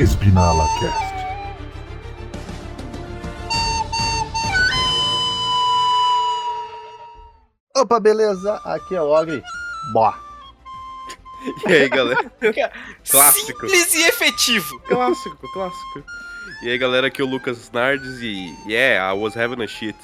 Spinala Cast. Opa, beleza? Aqui é o Ogre. Boa. E aí, galera? Clássico. Simples e efetivo. Clássico. E aí, galera, aqui é o Lucas Nardes e... Yeah, I was having a shit.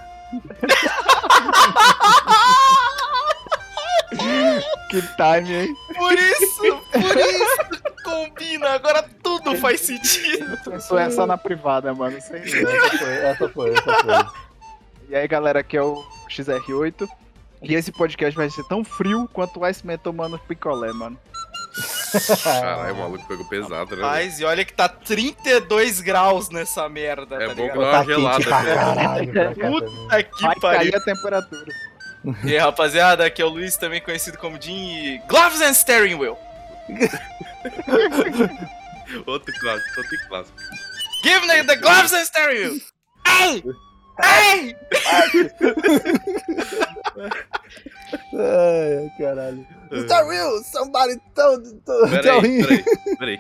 Que time, hein? Por isso combina, agora tudo faz sentido. Isso é só na privada, mano. Sem Essa foi. E aí, galera, aqui é o XR8. E esse podcast vai ser tão frio quanto o Iceman tomando picolé, mano. Caralho, o maluco pegou pesado, né? Mas e olha que tá 32 graus nessa merda, É tá bom que ligado? dá uma Tá gelada. quente pra Né? caralho, pra cá também. Puta que Vai pariu. cair a temperatura. E aí, rapaziada, aqui é o Luiz, também conhecido como Jim, e Gloves and Steering Wheel. Outro clássico. Give me the gloves and steering wheel. Ei! Ei! Ai, caralho. Star Wheel, somebody tell Peraí.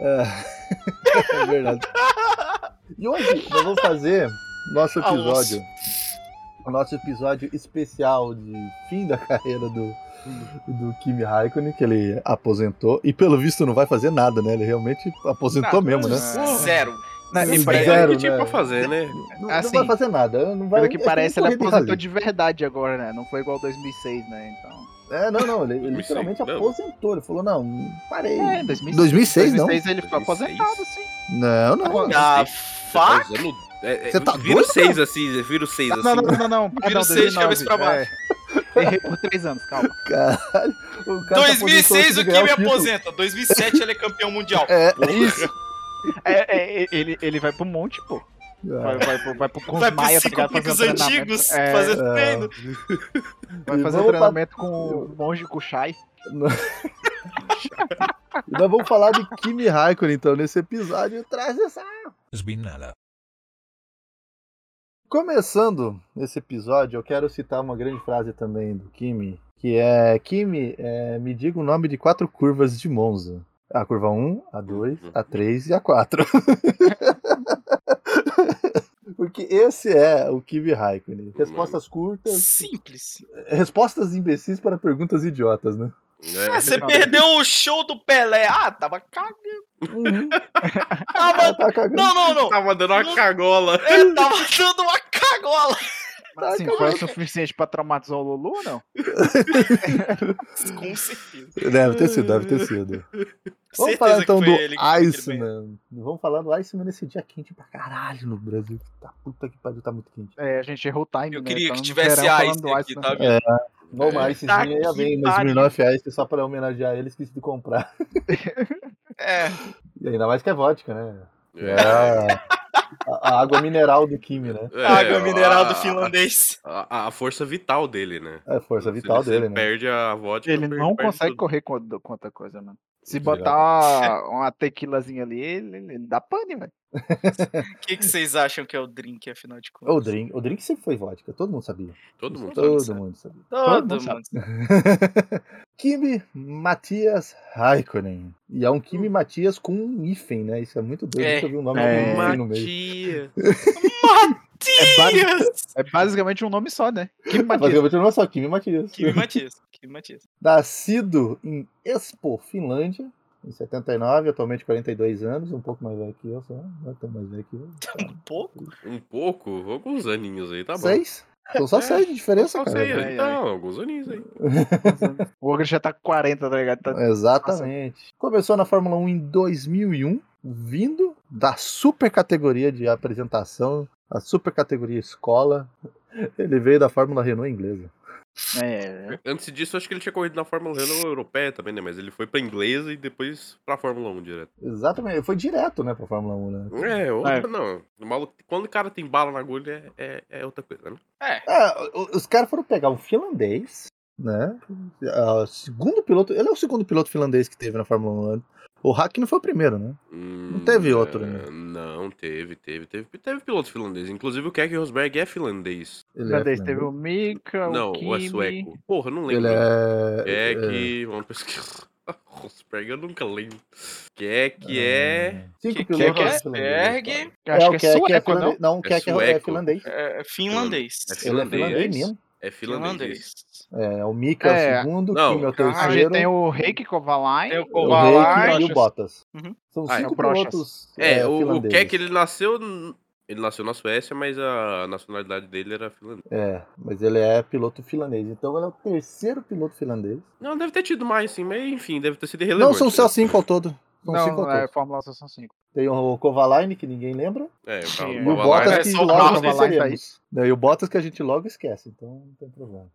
É verdade. E hoje nós vamos fazer nosso episódio especial de fim da carreira do Kimi Raikkonen, que ele aposentou. E pelo visto não vai fazer nada, né? Ele realmente aposentou mesmo, né? Zero. E Parece Zero, que tinha né? pra fazer, né? Não Assim, vai fazer nada. Não vai, Pelo que parece, ele corrida de aposentou rally. de verdade agora, né? Não foi igual 2006, né? Então... Não, ele literalmente Não. aposentou. Ele falou, não, parei. É, 2006. 2006 não? 2006 ele ficou 2006? aposentado, sim. Não. Ah, fuck. Você tá Vira o doido, 6 assim, vira o 6 assim. Não. Vira o 6 de cabeça pra baixo. Errei por 3 anos, calma. Caralho. O cara 2006 tá o Kimi aposenta. 2007 ele é campeão mundial. Isso. Ele vai pro monte, pô. Vai pro Vai pros Maia, tá 5 ligado? picos Fazer um treinamento. antigos, fazer treino. Vai fazer Vamos treinamento com o monge Kushai. E nós vamos falar de Kimi Raikkonen, então, nesse episódio. Traz essa... Spinala. Começando esse episódio, eu quero citar uma grande frase também do Kimi, que é: Kimi, me diga o nome de 4 curvas de Monza. A curva 1, a 2, a 3 e a 4. Porque esse é o Kimi Raikkonen. Respostas curtas, Simples. respostas imbecis para perguntas idiotas, né? Ah, você perdeu o show do Pelé. Ah, tava cagando. Uhum. Tava... Tá cagando. Não. Tava dando uma cagola. Ele tava dando uma cagola. Mas assim, foi o suficiente pra traumatizar o Lulu ou não? Com certeza. Deve ter sido. Vamos Certeza falar que então foi do ele que fez aquele Iceman. Vamos falar do Iceman nesse dia quente pra caralho no Brasil. Tá, puta que pariu, tá muito quente. É, a gente errou o time, Eu né? queria Tá que no tivesse verão Ice falando do aqui, Ice, tá né? vendo? Vamos, É. Ice Tá ia que bem, mas pariu. Smirnoff Ice só pra homenagear ele, esqueci de comprar. É. E ainda mais que é vodka, né? É. A água mineral do Kimi, né? Água mineral do finlandês. A força vital dele, né? É a força vital Se dele, ele né? perde a vodka. Ele não perde consegue tudo. correr com outra coisa, mano. Se Direto. botar uma tequilazinha ali, ele dá pane, velho. O que vocês acham que é o drink, afinal de contas? O drink sempre foi vodka, todo mundo sabia. Todo mundo Todo sabe. mundo sabia. Todo mundo mundo. Kimi Matias Raikkonen. E é um Kimi Matias com um hífen, né? Isso é muito doido. É. Nunca vi um nome É. com um hífen no meio. Matias! É basicamente um nome só, né? Que Basicamente não é só Kimi Matias. Kimi Matias. Nascido em Espoo, Finlândia, em 79, atualmente 42 anos, um pouco mais velho que eu, só. Não é tão mais velho que eu. Um pouco? Um pouco? Alguns aninhos aí, tá bom. 6? São só 6 de diferença, Só cara. sei, É, então, alguns aninhos aí. O Ogre já tá com 40, tá ligado? Tá... Exatamente. Começou na Fórmula 1 em 2001, vindo da super categoria de apresentação, a super categoria escola. Ele veio da Fórmula Renault inglesa. Antes disso, acho que ele tinha corrido na Fórmula Renault europeia também, né? Mas ele foi pra inglesa e depois pra Fórmula 1 direto. Exatamente, ele foi direto, né, pra Fórmula 1, né? Não. O maluco, quando o cara tem bala na agulha, é outra coisa, né? Os caras foram pegar um finlandês, né? Segundo piloto, ele é o segundo piloto finlandês que teve na Fórmula 1. O Hakkinen foi o primeiro, né? Não teve outro, né? Não, teve piloto finlandês. Inclusive o Keke Rosberg é finlandês. Ele é Teve finlandês. o Mika, Não, o ou é Kimi... sueco. Porra, não lembro. Ele é... Keke, vamos pesquisar. Rosberg eu nunca lembro. Que é... 5 Que pilotos é finlandeses. Rosberg Acho o que é Keck sueco, não? finlandês. Não, o É Keck é sueco. finlandês. é finlandês. É Ele é finlandês mesmo. É finlandês. Isso. É, o Mika é o É. segundo, o Não, Kimi é o cara, A gente terceiro, tem o Heikki Kovalainen. Tem o o Kovalainen. Reiki e o Bottas. Uhum. São Ah, é 5 o Brochas. pilotos O finlandeses. Keck, ele nasceu na Suécia, mas a nacionalidade dele era finlandesa. É, mas ele é piloto finlandês. Então ele é o terceiro piloto finlandês. Não, deve ter tido mais, sim, mas enfim, deve ter sido Não, irrelevante. são só né? 5 ao todo. São 5 Não, ao é todo. Fórmula 1 são 5. Tem o Kovalainen, que ninguém lembra. É, o carro E do E o Kovalainen Bottas, é que só o logo carro. esqueceremos. E o Bottas que a gente logo esquece, então não tem problema.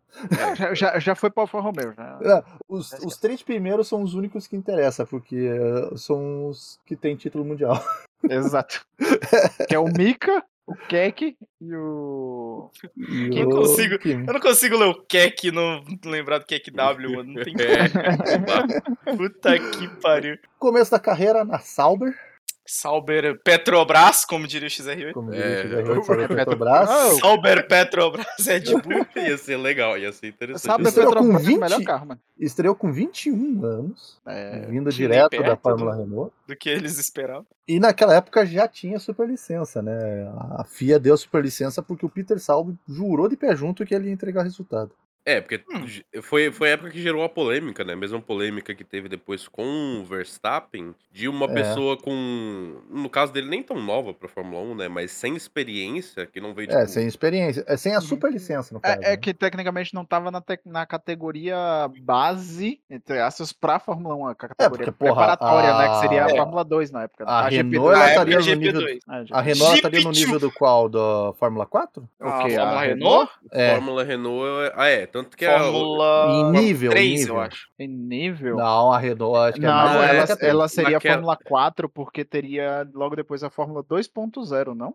Já foi para Alfa Romeo. Já. É, os 3 primeiros são os únicos que interessam, porque são os que têm título mundial. Exato. Que é o Mika, o Keck e o... E Eu o consigo- Kimi. Eu não consigo ler o Keck e não lembrar do Keck W, mano. Não tem não dá. Puta que pariu. Começo da carreira na Sauber, Sauber Petrobras, como diria o XR8. como É, diria o XR8, o Sauber Petrobras. Ah, Sauber Petrobras Red Bull. Ia ser legal, ia ser interessante. Sabe a Estreou com Petrobras é o 20? melhor carro, mano. Estreou com 21 anos, É, vindo nem direto perto da Fórmula Renault. Do que eles esperavam. E naquela época já tinha superlicença, né? A FIA deu superlicença porque o Peter Sauber jurou de pé junto que ele ia entregar resultado. É, porque foi a época que gerou a polêmica, né? A mesma polêmica que teve depois com o Verstappen, de uma pessoa com, no caso dele, nem tão nova pra Fórmula 1, né? Mas sem experiência, que não veio, tipo... Sem experiência. Sem a superlicença, no caso. É né? que tecnicamente não tava na categoria base, entre aspas, pra Fórmula 1, a categoria porque, porra, preparatória, né? Que seria a É. Fórmula 2 na época. Né? A GP2. Renault, ela Na estaria época, no nível... GP2. A Renault ela estaria no GP2. nível do qual? Da Fórmula 4? A Ok, Fórmula a Renault? Fórmula Renault... tanto que Fórmula Em nível, 3, em nível. eu acho. Em nível. Não, a Renault acho que é Não, mais ela- velha que a ela três. seria a Naquela- Fórmula 4, porque teria logo depois a Fórmula 2.0, não?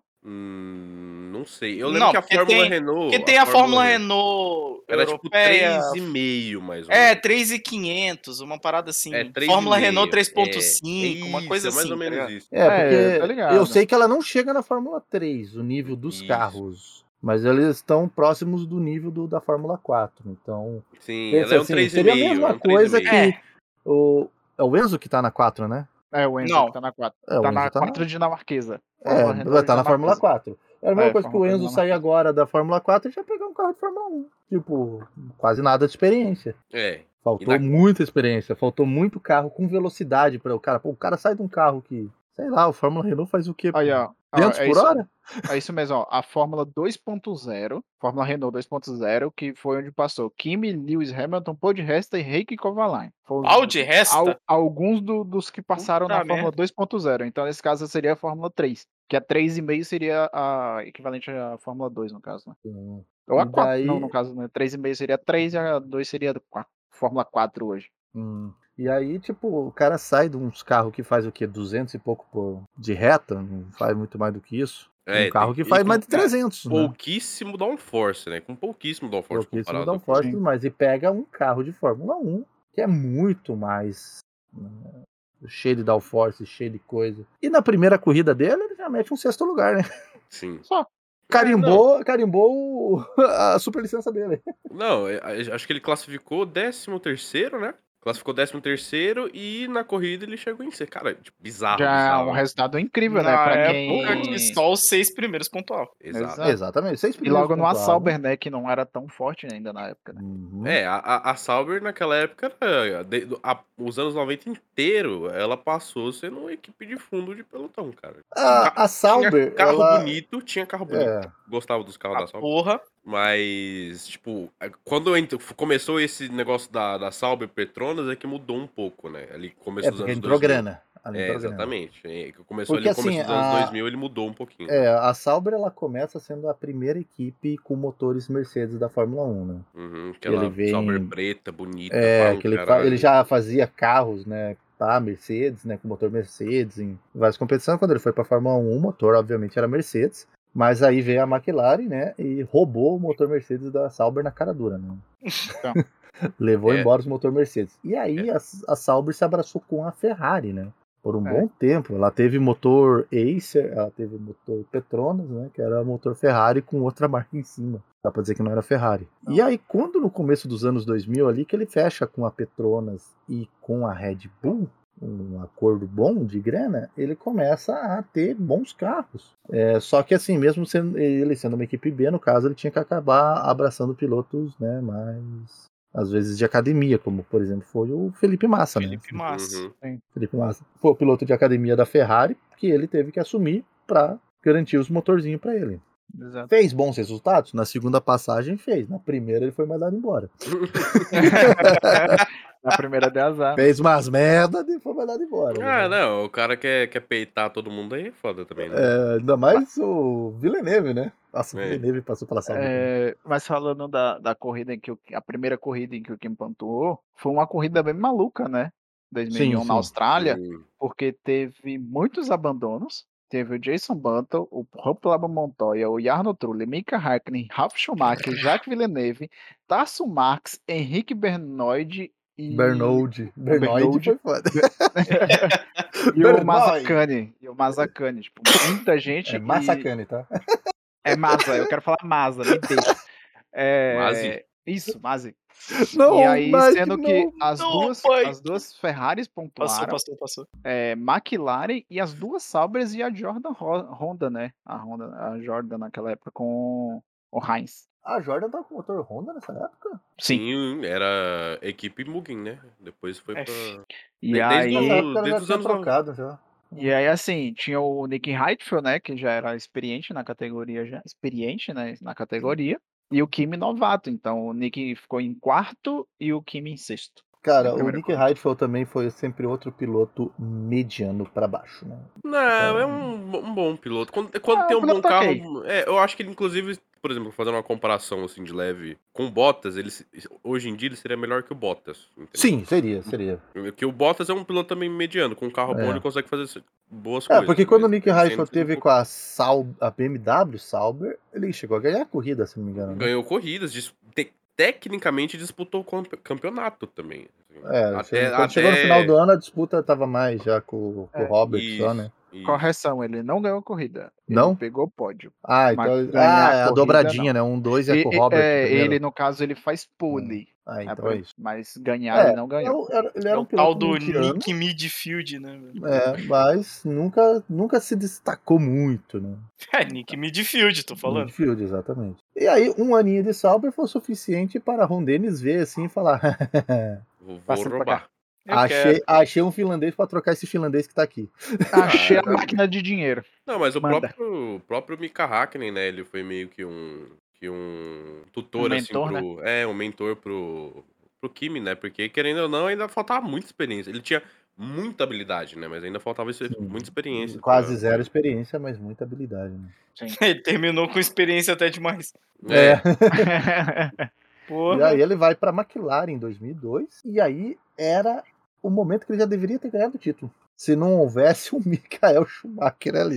Não sei. Eu Não, lembro que a porque Fórmula tem- Renault... Porque tem a Fórmula Renault Era tipo europeia. 3,5, mais ou É, menos. 3.500, uma parada assim. É, 3,5. Fórmula Renault É 3.5, uma isso, coisa é mais assim. ou tá menos ligado? isso. É, porque tá ligado. eu sei que ela não chega na Fórmula 3, o nível dos Isso. carros. Mas eles estão próximos do nível da Fórmula 4. Então, Sim, pensa ela é um assim, 3,5. seria a mesma é um coisa 3,5. que é o Enzo que tá na 4, né? É, o Enzo Não. que tá na 4. É, o Tá Enzo na tá 4 dinamarquesa. vai estar na Fórmula 4. É a mesma É, coisa que o Fórmula Enzo 4 sair agora da Fórmula 4 e já pegar um carro de Fórmula 1. Tipo, quase nada de experiência. É. Faltou E na- muita experiência, faltou muito carro com velocidade para o cara. Pô, o cara sai de um carro que, sei lá, o Fórmula Renault faz o quê? Aí, ó. 200 é por isso, hora? É isso mesmo, ó. A Fórmula 2.0, Fórmula Renault 2.0, que foi onde passou Kimi, Lewis Hamilton, Paul de Resta e Heikki Kovalainen. Foram Pau de resta? alguns dos que passaram Puta na Fórmula 2.0. Então, nesse caso, seria a Fórmula 3. Que a 3,5 seria a equivalente à Fórmula 2, no caso, né? Ou a E 4, daí- não, no caso, né? 3,5 seria 3 e a 2 seria a Fórmula 4 hoje. E aí, tipo, o cara sai de uns carros que faz o quê? 200 e pouco de reta, não faz muito mais do que isso. É, Um carro tem- que faz e mais com de 300, né? pouquíssimo downforce, né? Com pouquíssimo downforce Pouquíssimo comparado. downforce e tudo mais. E pega um carro de Fórmula 1, que é muito mais cheio de downforce, cheio de coisa. E na primeira corrida dele, ele já mete um 6º lugar, né? Sim. Carimbou a superlicença dele. Não, acho que ele classificou 13º, né? Classificou 13º e na corrida ele chegou em ser. Cara, tipo, bizarro. Já é bizarro. um resultado incrível, né? Na Pra época quem... que só os 6 primeiros pontuavam. Exato. Exato. Exatamente. 6 E primeiros logo numa pontuavam. Sauber, né? Que não era tão forte ainda na época, né? Uhum. A Sauber naquela época, os anos 90 inteiro, ela passou sendo uma equipe de fundo de pelotão, cara. A Sauber, Tinha carro ela... bonito, tinha carro bonito. É. Gostava dos carros da A Sauber. porra. Mas, tipo, quando começou esse negócio da Sauber Petronas, é que mudou um pouco, né? Ali começou dos porque anos entrou 2000. grana. Ali entrou grana. Exatamente. Começou Porque, ali no começo assim, dos anos a- 2000, ele mudou um pouquinho. A Sauber ela começa sendo a primeira equipe com motores Mercedes da Fórmula 1, né? Aquela ele vem- Sauber preta, bonita. Que ele já fazia carros, né, para Mercedes, né, com motor Mercedes em várias competições. Quando ele foi para Fórmula 1, o motor obviamente era Mercedes, mas aí veio a McLaren, né, e roubou o motor Mercedes da Sauber na cara dura, né? Então. Levou É. embora os motor Mercedes. E aí a Sauber se abraçou com a Ferrari, né? por um bom tempo. Ela teve motor Acer, ela teve motor Petronas, né, que era motor Ferrari com outra marca em cima. Dá pra dizer que não era Ferrari. E aí, quando no começo dos anos 2000 ali, que ele fecha com a Petronas e com a Red Bull, um acordo bom de grana, ele começa a ter bons carros. Só que assim, mesmo ele sendo uma equipe B, no caso, ele tinha que acabar abraçando pilotos, né, mais às vezes de academia, como por exemplo foi o Felipe Massa, Felipe Massa. Felipe Massa foi o piloto de academia da Ferrari que ele teve que assumir para garantir os motorzinhos para ele. Exato. Fez bons resultados? Na segunda passagem fez. Na primeira ele foi mandado embora. Na primeira deu azar. Fez umas merda e foi mandado embora. Ah, não, o cara quer peitar todo mundo aí é foda também, né? Ainda mais o Villeneuve, né? Nossa, o Villeneuve passou pela salva. Mas falando da corrida em que a primeira corrida em que o Kim pontuou, foi uma corrida bem maluca, né? 2001 Sim, na Austrália, Sim. porque teve muitos abandonos. Teve o Jason Button, o Rob Montoya, o Jarno Trulli, Mika Häkkinen, Ralf Schumacher, Jacques Villeneuve, Tarso Marx, Henrique Bernold e... Bernold foi foda. E o Mazzacane. Tipo, muita gente. Massacane, tá? É Mazza, eu quero falar Mazza, me deixa. Mazzi? Isso, Mazzi. Não, E aí, Mike, sendo não. que as pai. duas Ferraris pontuaram, Passou. McLaren e as duas Saubers e a Jordan Honda, né? A Jordan naquela época com o Heinz. A Jordan tava com motor Honda nessa época? Sim, era equipe Mugen, né? Depois foi pra... E Desde aí, Nessa época ela desde já os tinha anos trocado já. e aí, assim, tinha o Nick Heidfeld, né? Que já era experiente na categoria, né? Na categoria. E o Kimi novato. Então, o Nick ficou em quarto e o Kimi em sexto. Cara, o Nick Heidfeld também foi sempre outro piloto mediano pra baixo, né? Não, é um bom piloto. Quando tem um bom piloto carro. ok. Eu acho que ele, inclusive, por exemplo, fazendo uma comparação assim de leve com o Bottas, hoje em dia ele seria melhor que o Bottas. Entendeu? Sim, seria. Porque o Bottas é um piloto também mediano, com um carro bom ele consegue fazer boas coisas. Porque quando o Nick ele Heidfeld sempre teve com a BMW Sauber, ele chegou a ganhar a corrida, se não me engano. Né? ganhou corridas, tecnicamente disputou o campeonato também. Quando chegou no final do ano, a disputa tava mais já com o Robert só, né? Correção, ele não ganhou a corrida. Não? Ele pegou o pódio. Então. A dobradinha, né? 1-2 é com o Robert. Ele, no caso, ele faz pole. Então é isso. Mas ganhar ele não ganhou. Ele era um o tal piloto do mediano, Nick Midfield, né? mas nunca se destacou muito, né? Nick Midfield, tô falando. Midfield, exatamente. E aí, um aninho de Sauber foi suficiente para Ron Dennis ver assim e falar: Vou roubar. Achei um finlandês pra trocar esse finlandês que tá aqui. Achei a máquina de dinheiro. Não, mas o próprio Mika Häkkinen, né? Ele foi meio que um tutor, mentor, assim, um mentor pro Kimi, né? Porque, querendo ou não, ainda faltava muita experiência. Ele tinha muita habilidade, né? Mas ainda faltava muita experiência. Quase zero experiência, mas muita habilidade, né? Ele terminou com experiência até demais. E aí ele vai pra McLaren em 2002, e aí era o momento que ele já deveria ter ganhado o título. Se não houvesse o Michael Schumacher ali.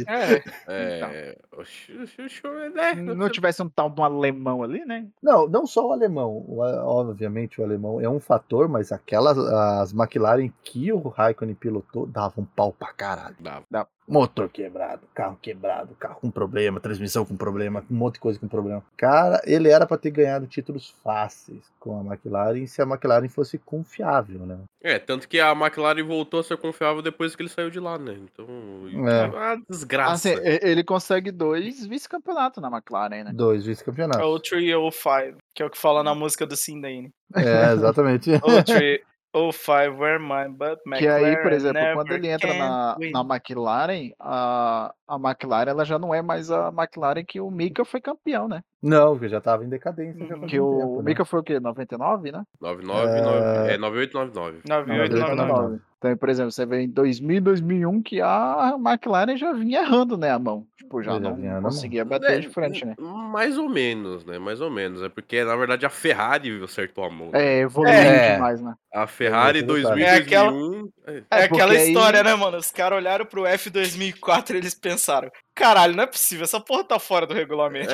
Não tivesse um tal de um alemão ali, né? Não só o alemão. Obviamente o alemão é um fator, mas as McLaren que o Raikkonen pilotou davam pau pra caralho. Dava. Motor quebrado, carro com problema, transmissão com problema, um monte de coisa com problema. Cara, ele era pra ter ganhado títulos fáceis com a McLaren se a McLaren fosse confiável, né? Tanto que a McLaren voltou a ser confiável depois que ele saiu de lá, né? Então, uma desgraça. Assim, ele consegue 2 vice-campeonatos na McLaren, né? 2 vice-campeonatos. O 305, que é o que fala na música do Sindane. Exatamente. O 305, where mine, but McLaren. Que aí, por exemplo, quando ele entra na McLaren, a McLaren ela já não é mais a McLaren que o Mika foi campeão, né? Não, porque já tava em decadência. Que o Mika foi o quê? 99, né? 9899. 9899. Então, por exemplo, você vê em 2000 e 2001 que a McLaren já vinha errando, né, a mão. Tipo, já não conseguia bater de frente, né? Mais ou menos, né? Mais ou menos. É porque, na verdade, a Ferrari acertou a mão. Evoluiu demais, né? A Ferrari 2000 É e 2001... aquela história, né, mano? Os caras olharam pro F2004 e eles pensaram pensaram, caralho, não é possível, essa porra tá fora do regulamento.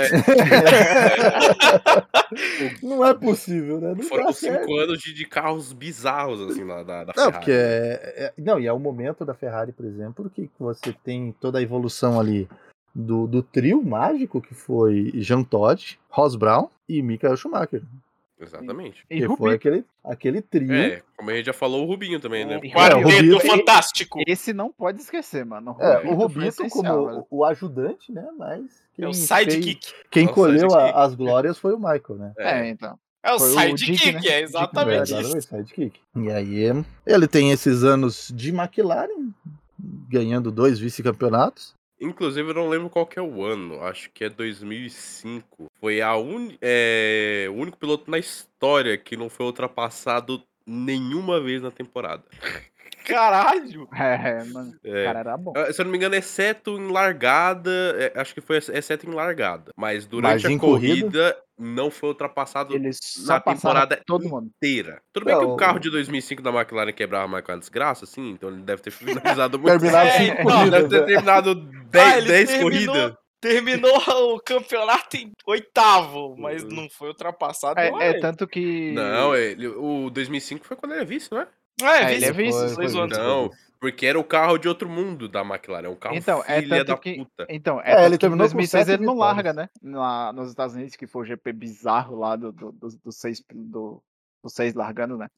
Não é possível, né? Não Foram dá 5 certo. anos de carros bizarros, assim, lá da Não, Ferrari. porque não, e é o momento da Ferrari, por exemplo, que você tem toda a evolução ali do trio mágico que foi Jean Todt, Ross Brown e Michael Schumacher. Exatamente. E Que foi Rubinho. aquele trio. Como a gente já falou, o Rubinho também, né? O E quarteto Rubinho- fantástico. Esse não pode esquecer, mano. O foi Rubito essencial, como velho. o ajudante, né? Mas É o quem sidekick. quem É o colheu sidekick. as glórias foi o Michael, né? Então. É o Foi o sidekick, Dick, né? é Dick exatamente isso. Exatamente, sidekick. E aí, ele tem esses anos de McLaren, ganhando 2 vice-campeonatos. Inclusive, eu não lembro qual que é o ano. Acho que é 2005. Foi o único piloto na história que não foi ultrapassado nenhuma vez na temporada. Caralho. Mano. O É. cara era bom. Se eu não me engano, exceto em largada. Acho que foi exceto em largada. Mas durante Mas em a corrida, não foi ultrapassado Eles só na passaram temporada todo mundo. inteira. Tudo bem que o Não. carro de 2005 da McLaren quebrava mais com a desgraça, assim, então ele deve ter finalizado muito. Terminaram É, 5 então, corridas. Deve ter né? terminado ele 10 corridas. terminou o campeonato em 8º, mas não foi ultrapassado. Tanto que. Não, o 2005 foi quando ele é vice, não é? Vice, ele é vice, Foi dois anos. vice, Não, foi vice. porque era o carro de outro mundo da McLaren. É um carro Então, é filha tanto da que. puta. Então, É, tanto ele que em terminou com 2006 7 ele não vitórias. larga, né? Lá nos Estados Unidos, que foi o GP bizarro lá do 6 largando, né?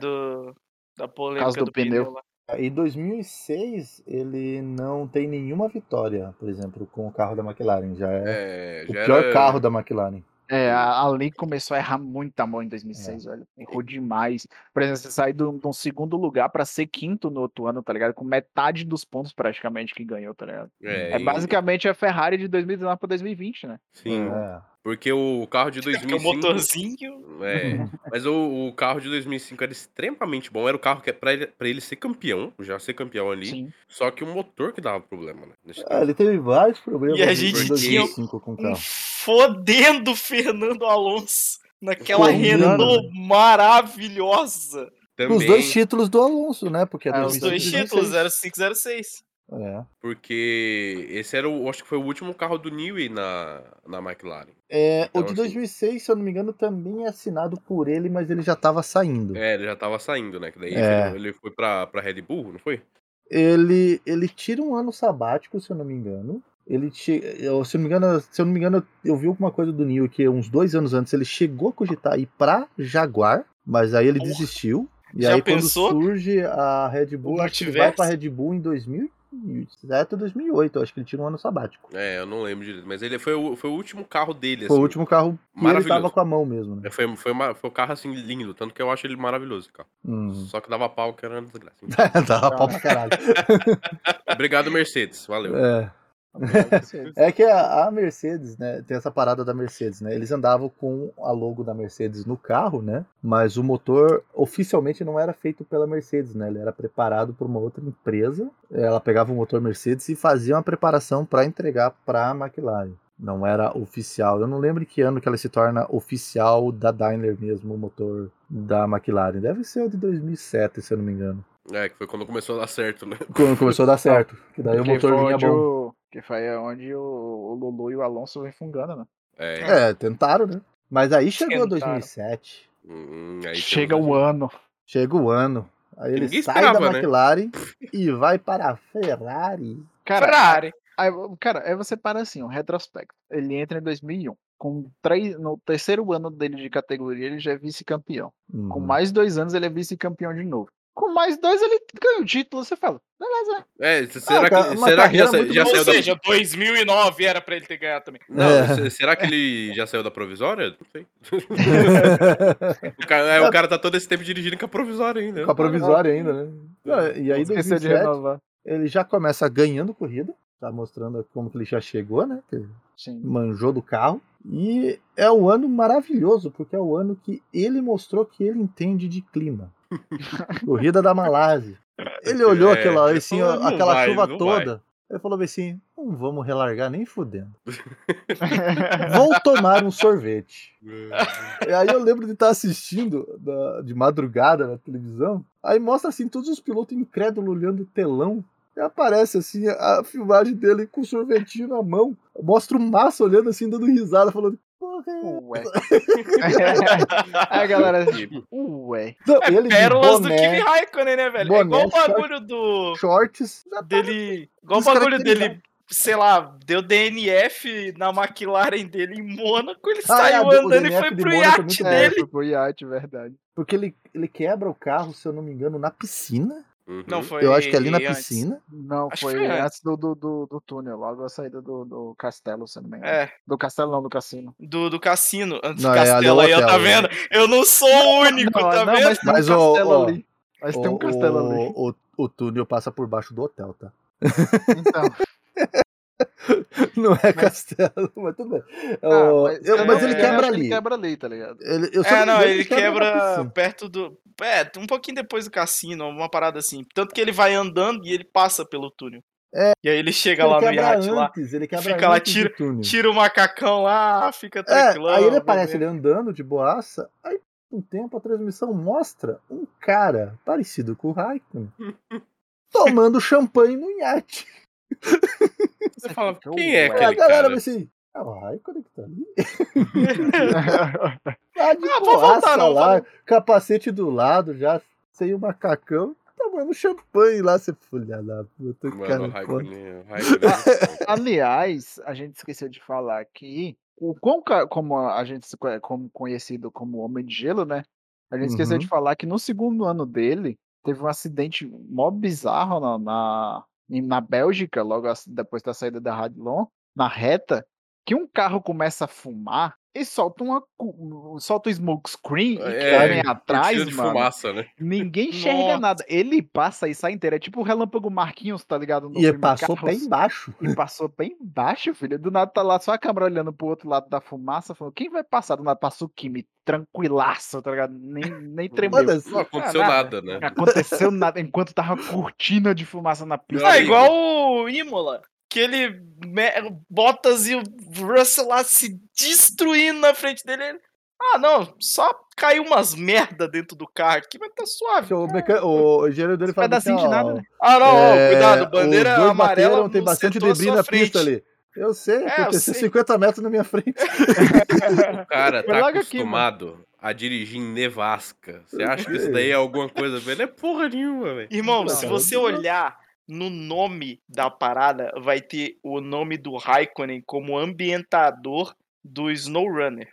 Da Por polêmica causa do do pneu pneu. lá. Em 2006, ele não tem nenhuma vitória, por exemplo, com o carro da McLaren. Já é o Já pior era- carro da McLaren. Ali começou a errar muita mão em 2006, velho. Errou demais. Por exemplo, você sai de um segundo lugar pra ser quinto no outro ano, tá ligado? Com metade dos pontos praticamente que ganhou, tá ligado? É basicamente a Ferrari de 2019 pra 2020, né? Sim, É. porque o carro de Porque o 2005... motorzinho. Mas o carro de 2005 era extremamente bom. Era o carro que pra ele ser campeão, já ser campeão ali. Sim. Só que o motor que dava problema, né? Nesse É, caso. ele teve vários problemas E a em gente 2005 com o Um carro. fodendo Fernando Alonso naquela Fodendo. Renault maravilhosa. Também, Os 2 títulos do Alonso, né? Porque Os Os 2005 dois e títulos, 2006. 05 06. É. porque esse era acho que foi o último carro do Newey na McLaren. O Então, de assim, 2006, se eu não me engano, também é assinado por ele, mas ele já estava saindo. ele já tava saindo, né? Que daí ele foi pra Red Bull, não foi? Ele tira um ano sabático, se eu não me engano. Se eu não me engano, eu vi alguma coisa do Newey que uns 2 anos antes ele chegou a cogitar ir pra Jaguar, mas aí ele desistiu. E Já aí pensou? quando surge a Red Bull, O acho que ele vai pra multiverso? Red Bull em 2007 ou 2008, eu acho que ele tira um ano sabático. Eu não lembro direito. Mas ele foi o último carro dele, Foi o assim. último carro que ele Maravilhoso. tava com a mão mesmo, né? Foi um carro, assim, lindo. Tanto que eu acho ele maravilhoso, esse carro. Só que dava pau, que era uma desgraça. Tava pau pra caralho. Obrigado, Mercedes. Valeu. É que a Mercedes, né, tem essa parada da Mercedes, né? Eles andavam com a logo da Mercedes no carro, né? Mas o motor oficialmente não era feito pela Mercedes, né? Ele era preparado por uma outra empresa. Ela pegava o motor Mercedes e fazia uma preparação para entregar para a McLaren. Não era oficial. Eu não lembro em que ano que ela se torna oficial da Daimler mesmo, o motor da McLaren. Deve ser o de 2007, se eu não me engano. Que foi quando começou a dar certo, né? Quando começou a dar certo. Que daí o motor vinha bom. Que foi onde o Lulu e o Alonso vem fungando, né? Tentaram, né? Mas aí chegou Tentaram. 2007. Aí Chega temos o ano. Chega o ano. Aí ele Ninguém sai esperava, da né? McLaren e vai para a Ferrari. Ferrari. Aí você para assim, um retrospecto. Ele entra em 2001. No terceiro ano dele de categoria, ele já é vice-campeão. Com mais 2 anos, ele é vice-campeão de novo. Com mais 2, ele ganha o título. Você fala, beleza. Será que já Ou saiu seja, 2009 era pra ele ter ganhado também. Não, será que ele já saiu da provisória? Não sei. O cara tá todo esse tempo dirigindo com a provisória ainda. Com a provisória ainda, né? Não, e aí, em Esqueceu de 2007, renovar. ele já começa ganhando corrida. Tá mostrando como que ele já chegou, né? Que Sim. manjou do carro. E é um ano maravilhoso, porque é o ano que ele mostrou que ele entende de clima. Corrida da Malásia. Ele olhou aquela chuva toda. Ele falou assim: não vamos relargar nem fudendo. Vou tomar um sorvete. E aí eu lembro de estar assistindo de madrugada na televisão. Aí mostra assim todos os pilotos incrédulos olhando o telão. E aparece assim a filmagem dele com o sorvetinho na mão. Mostra o Massa olhando assim, dando risada, falando. Porra, Ué. Aí a galera, ué. não, ele de Pérolas do boné, Kimi Raikkonen, né, velho? É boné, igual o bagulho do... shorts. Já tá dele... Igual o bagulho descaracterizado. dele, sei lá, deu DNF na McLaren dele em Mônaco, ele Ah, saiu o andando e DNF foi de pro Mônaco é iate muito dele. Foi pro iate, verdade. Porque ele quebra o carro, se eu não me engano, na piscina. Uhum. Não, foi Eu acho que é ali na antes. piscina. Não, Acho que foi foi antes do túnel, logo a saída do castelo, se eu não me engano. É, Do castelo não, do cassino. do cassino, do Não, é ali é o castelo aí, ó, tá hotel, vendo? Eu não sou o único, tá vendo? mas tem um Mas, castelo ó, ali. Mas tem um castelo ali. O túnel passa por baixo do hotel, tá? Então, Não é castelo, mas tudo bem. Mas ele eu quebra acho que ali. ele quebra ali, tá ligado? Eu só É, me não, engano, ele na quebra piscina. perto do... É, um pouquinho depois do cassino, uma parada assim. Tanto que ele vai andando e ele passa pelo túnel. É, E aí ele chega Ele lá no quebra iate lá, antes, ele quebra fica lá, antes do túnel. tira o macacão lá, fica tranquilão. Aí ele aparece bebendo. ele andando de boaça, aí um tempo a transmissão mostra um cara parecido com o Raikkonen tomando champanhe no iate. Você fala, fica, quem é ué. Aí a aquele galera cara? assim, é o Raikkonen que tá ali? Tá de Ah, vou boaça voltar, não, lá, valeu. capacete do lado já, sem o macacão, tomando champanhe lá, você filha da puta, Mano, cara. o Pô. Raikkonen é muito Aliás, a gente esqueceu de falar aqui, como a gente como conhecido como Homem de Gelo, né? A gente esqueceu de Uhum. falar que no segundo ano dele teve um acidente mó bizarro na Bélgica, logo depois da saída da Radlon, na reta, que um carro começa a fumar e solta solta um smoke screen e quem vem atrás, cortina de mano, fumaça, né? ninguém enxerga Nossa. nada. Ele passa e sai inteiro. É tipo o Relâmpago Marquinhos, tá ligado? No E filme passou pé Carros. embaixo. E passou bem embaixo, filho. Do nada tá lá só a câmera olhando pro outro lado da fumaça, falando, quem vai passar? Do nada passou o Kimi, tranquilaço, tá ligado? Nem tremeu. Foda-se. Não aconteceu nada, né? Não aconteceu nada enquanto tava cortina de fumaça na pista. Meu É amigo. igual o Imola, que ele Bottas e o Russell lá se destruindo na frente dele. Ele, ah, não, só caiu umas merda dentro do carro aqui, mas tá suave. O engenheiro dele fala assim, pedacinho de ó, nada, né? Ah, não, ó, cuidado, os bandeira dois amarela bateram, tem no bastante setor à debris sua na frente. pista ali. Eu sei, É, aconteceu eu sei. 50 metros na minha frente. O cara Foi tá logo aqui, acostumado a dirigir em nevasca. Você acha que isso daí é alguma coisa, velho? Não é porra nenhuma, velho. Irmão, Não, se você olhar no nome da parada, vai ter o nome do Raikkonen como ambientador do SnowRunner.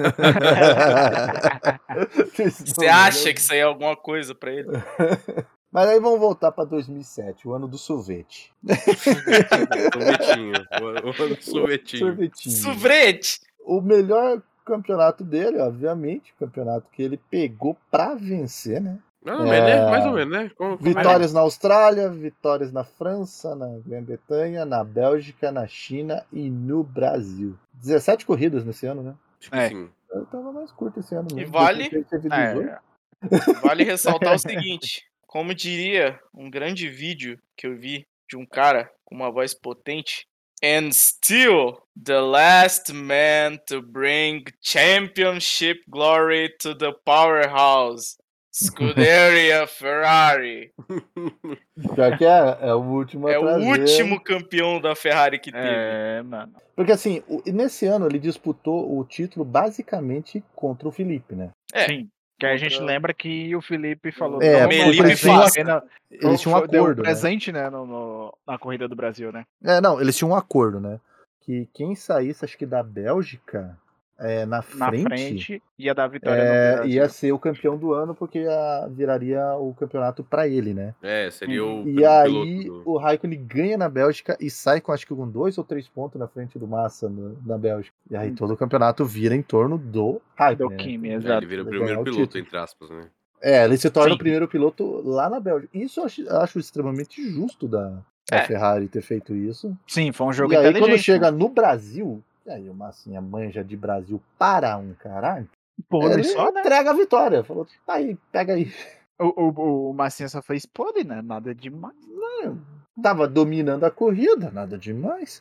Você acha que isso aí é alguma coisa pra ele? Mas aí vamos voltar pra 2007, o ano do sorvete. Sorvetinho. O sorvetinho. Sorvetinho. Suvrete! O melhor campeonato dele, obviamente, o campeonato que ele pegou pra vencer, né? Não, mas né? Mais ou menos, né? Como Vitórias na Austrália, vitórias na França, na Grã-Bretanha, na Bélgica, na China e no Brasil. 17 corridas nesse ano, né? Tipo É. assim. Eu tava mais curto esse ano. E mesmo. vale- Depois teve 18. Vale ressaltar o seguinte, como diria um grande vídeo que eu vi de um cara com uma voz potente, and still the last man to bring championship glory to the powerhouse, Scuderia Ferrari. Pior que é o último a É o trazer. último campeão da Ferrari que teve. É, mano. Porque assim, nesse ano ele disputou o título basicamente contra o Felipe, né? É. Sim. Que aí a gente lembra que o Felipe falou. É, não, Felipe eles tinham Fasta. Eles tinham um deu acordo, né? presente, né, na corrida do Brasil, né? Não, eles tinham um acordo, né? Que quem saísse, acho que da Bélgica, na Na frente, frente ia dar vitória no Brasil. ia ser o campeão do ano, porque viraria o campeonato pra ele, né? É, seria o E aí piloto. o Raikkonen ganha na Bélgica e sai com acho que com 2 ou 3 pontos na frente do Massa na Bélgica. E aí todo o campeonato vira em torno do Raikkonen. Do Kimi, né? exato. Ele vira o Ele primeiro ganhar o piloto, título. entre aspas, né? Ele se torna Sim. o primeiro piloto lá na Bélgica. Isso eu acho extremamente justo da Ferrari ter feito isso. Sim, foi um jogo E aí inteligente. quando chega no Brasil, e aí o Massinha manja de Brasil para um caralho, Pole ele só, né? entrega a vitória. Falou, tá aí, pega aí. O Massinha só fez pole, né? Nada demais. Tava dominando a corrida, nada demais.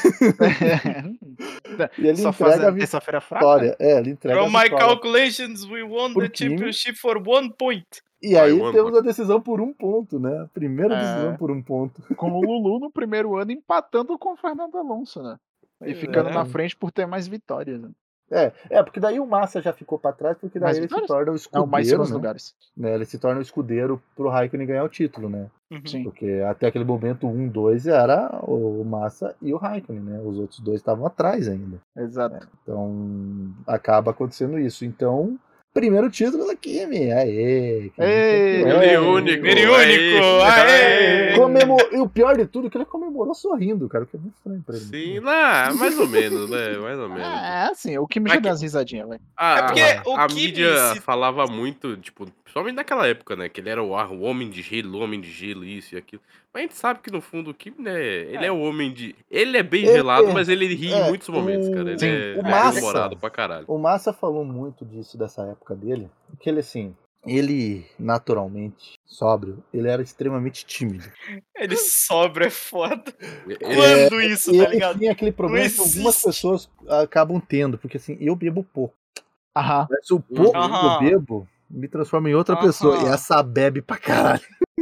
E ele Só entrega a fazendo terça-feira fraca. vitória. Ele entrega From a my vitória. calculations, we won Por the Kimi. championship for 1 point. E Vai, aí one temos point. a decisão por 1 ponto, né? A primeira É. decisão por 1 ponto. Com o Lulu no primeiro ano empatando com o Fernando Alonso, né? E Pois ficando é. na frente por ter mais vitórias. Né? Porque daí o Massa já ficou pra trás, porque daí Mais ele se vitórias? torna o Não, mais escudeiro, segundos né? lugares. Ele se torna o escudeiro pro Raikkonen ganhar o título, né? Uhum. Sim. Porque até aquele momento 1, 2 era o Massa e o Raikkonen, né? Os outros dois estavam atrás ainda. Exato. Então acaba acontecendo isso. Então, primeiro título da Kimi. Aê! Kimi Ei, campeão. Ele único. Ele único, aê! E o pior de tudo é que ele comemorou sorrindo, cara, o que é muito estranho pra ele. Sim, mais ou menos, né? Mais ou menos. É, assim, o Kimi já deu umas risadinhas, velho. A, É porque o a Kimi mídia se- falava muito, tipo, principalmente naquela época, né? Que ele era o homem de gelo, isso e aquilo. Mas a gente sabe que no fundo o Kimi, né? Ele é o homem de. Ele é bem Ele- gelado, mas ele ri em muitos momentos, o- cara. Ele Sim, é o Massa- bem-humorado pra caralho. O Massa falou muito disso dessa época dele, porque ele assim, ele naturalmente sóbrio, ele era extremamente tímido. Ele sobra é foda. Ele- Quando isso, E tá ele ligado? tinha aquele problema que algumas existe. pessoas acabam tendo, porque assim, eu bebo pouco. Aham. Mas o pouco que Aham. eu bebo me transforma em outra Aham. pessoa. E essa bebe pra caralho.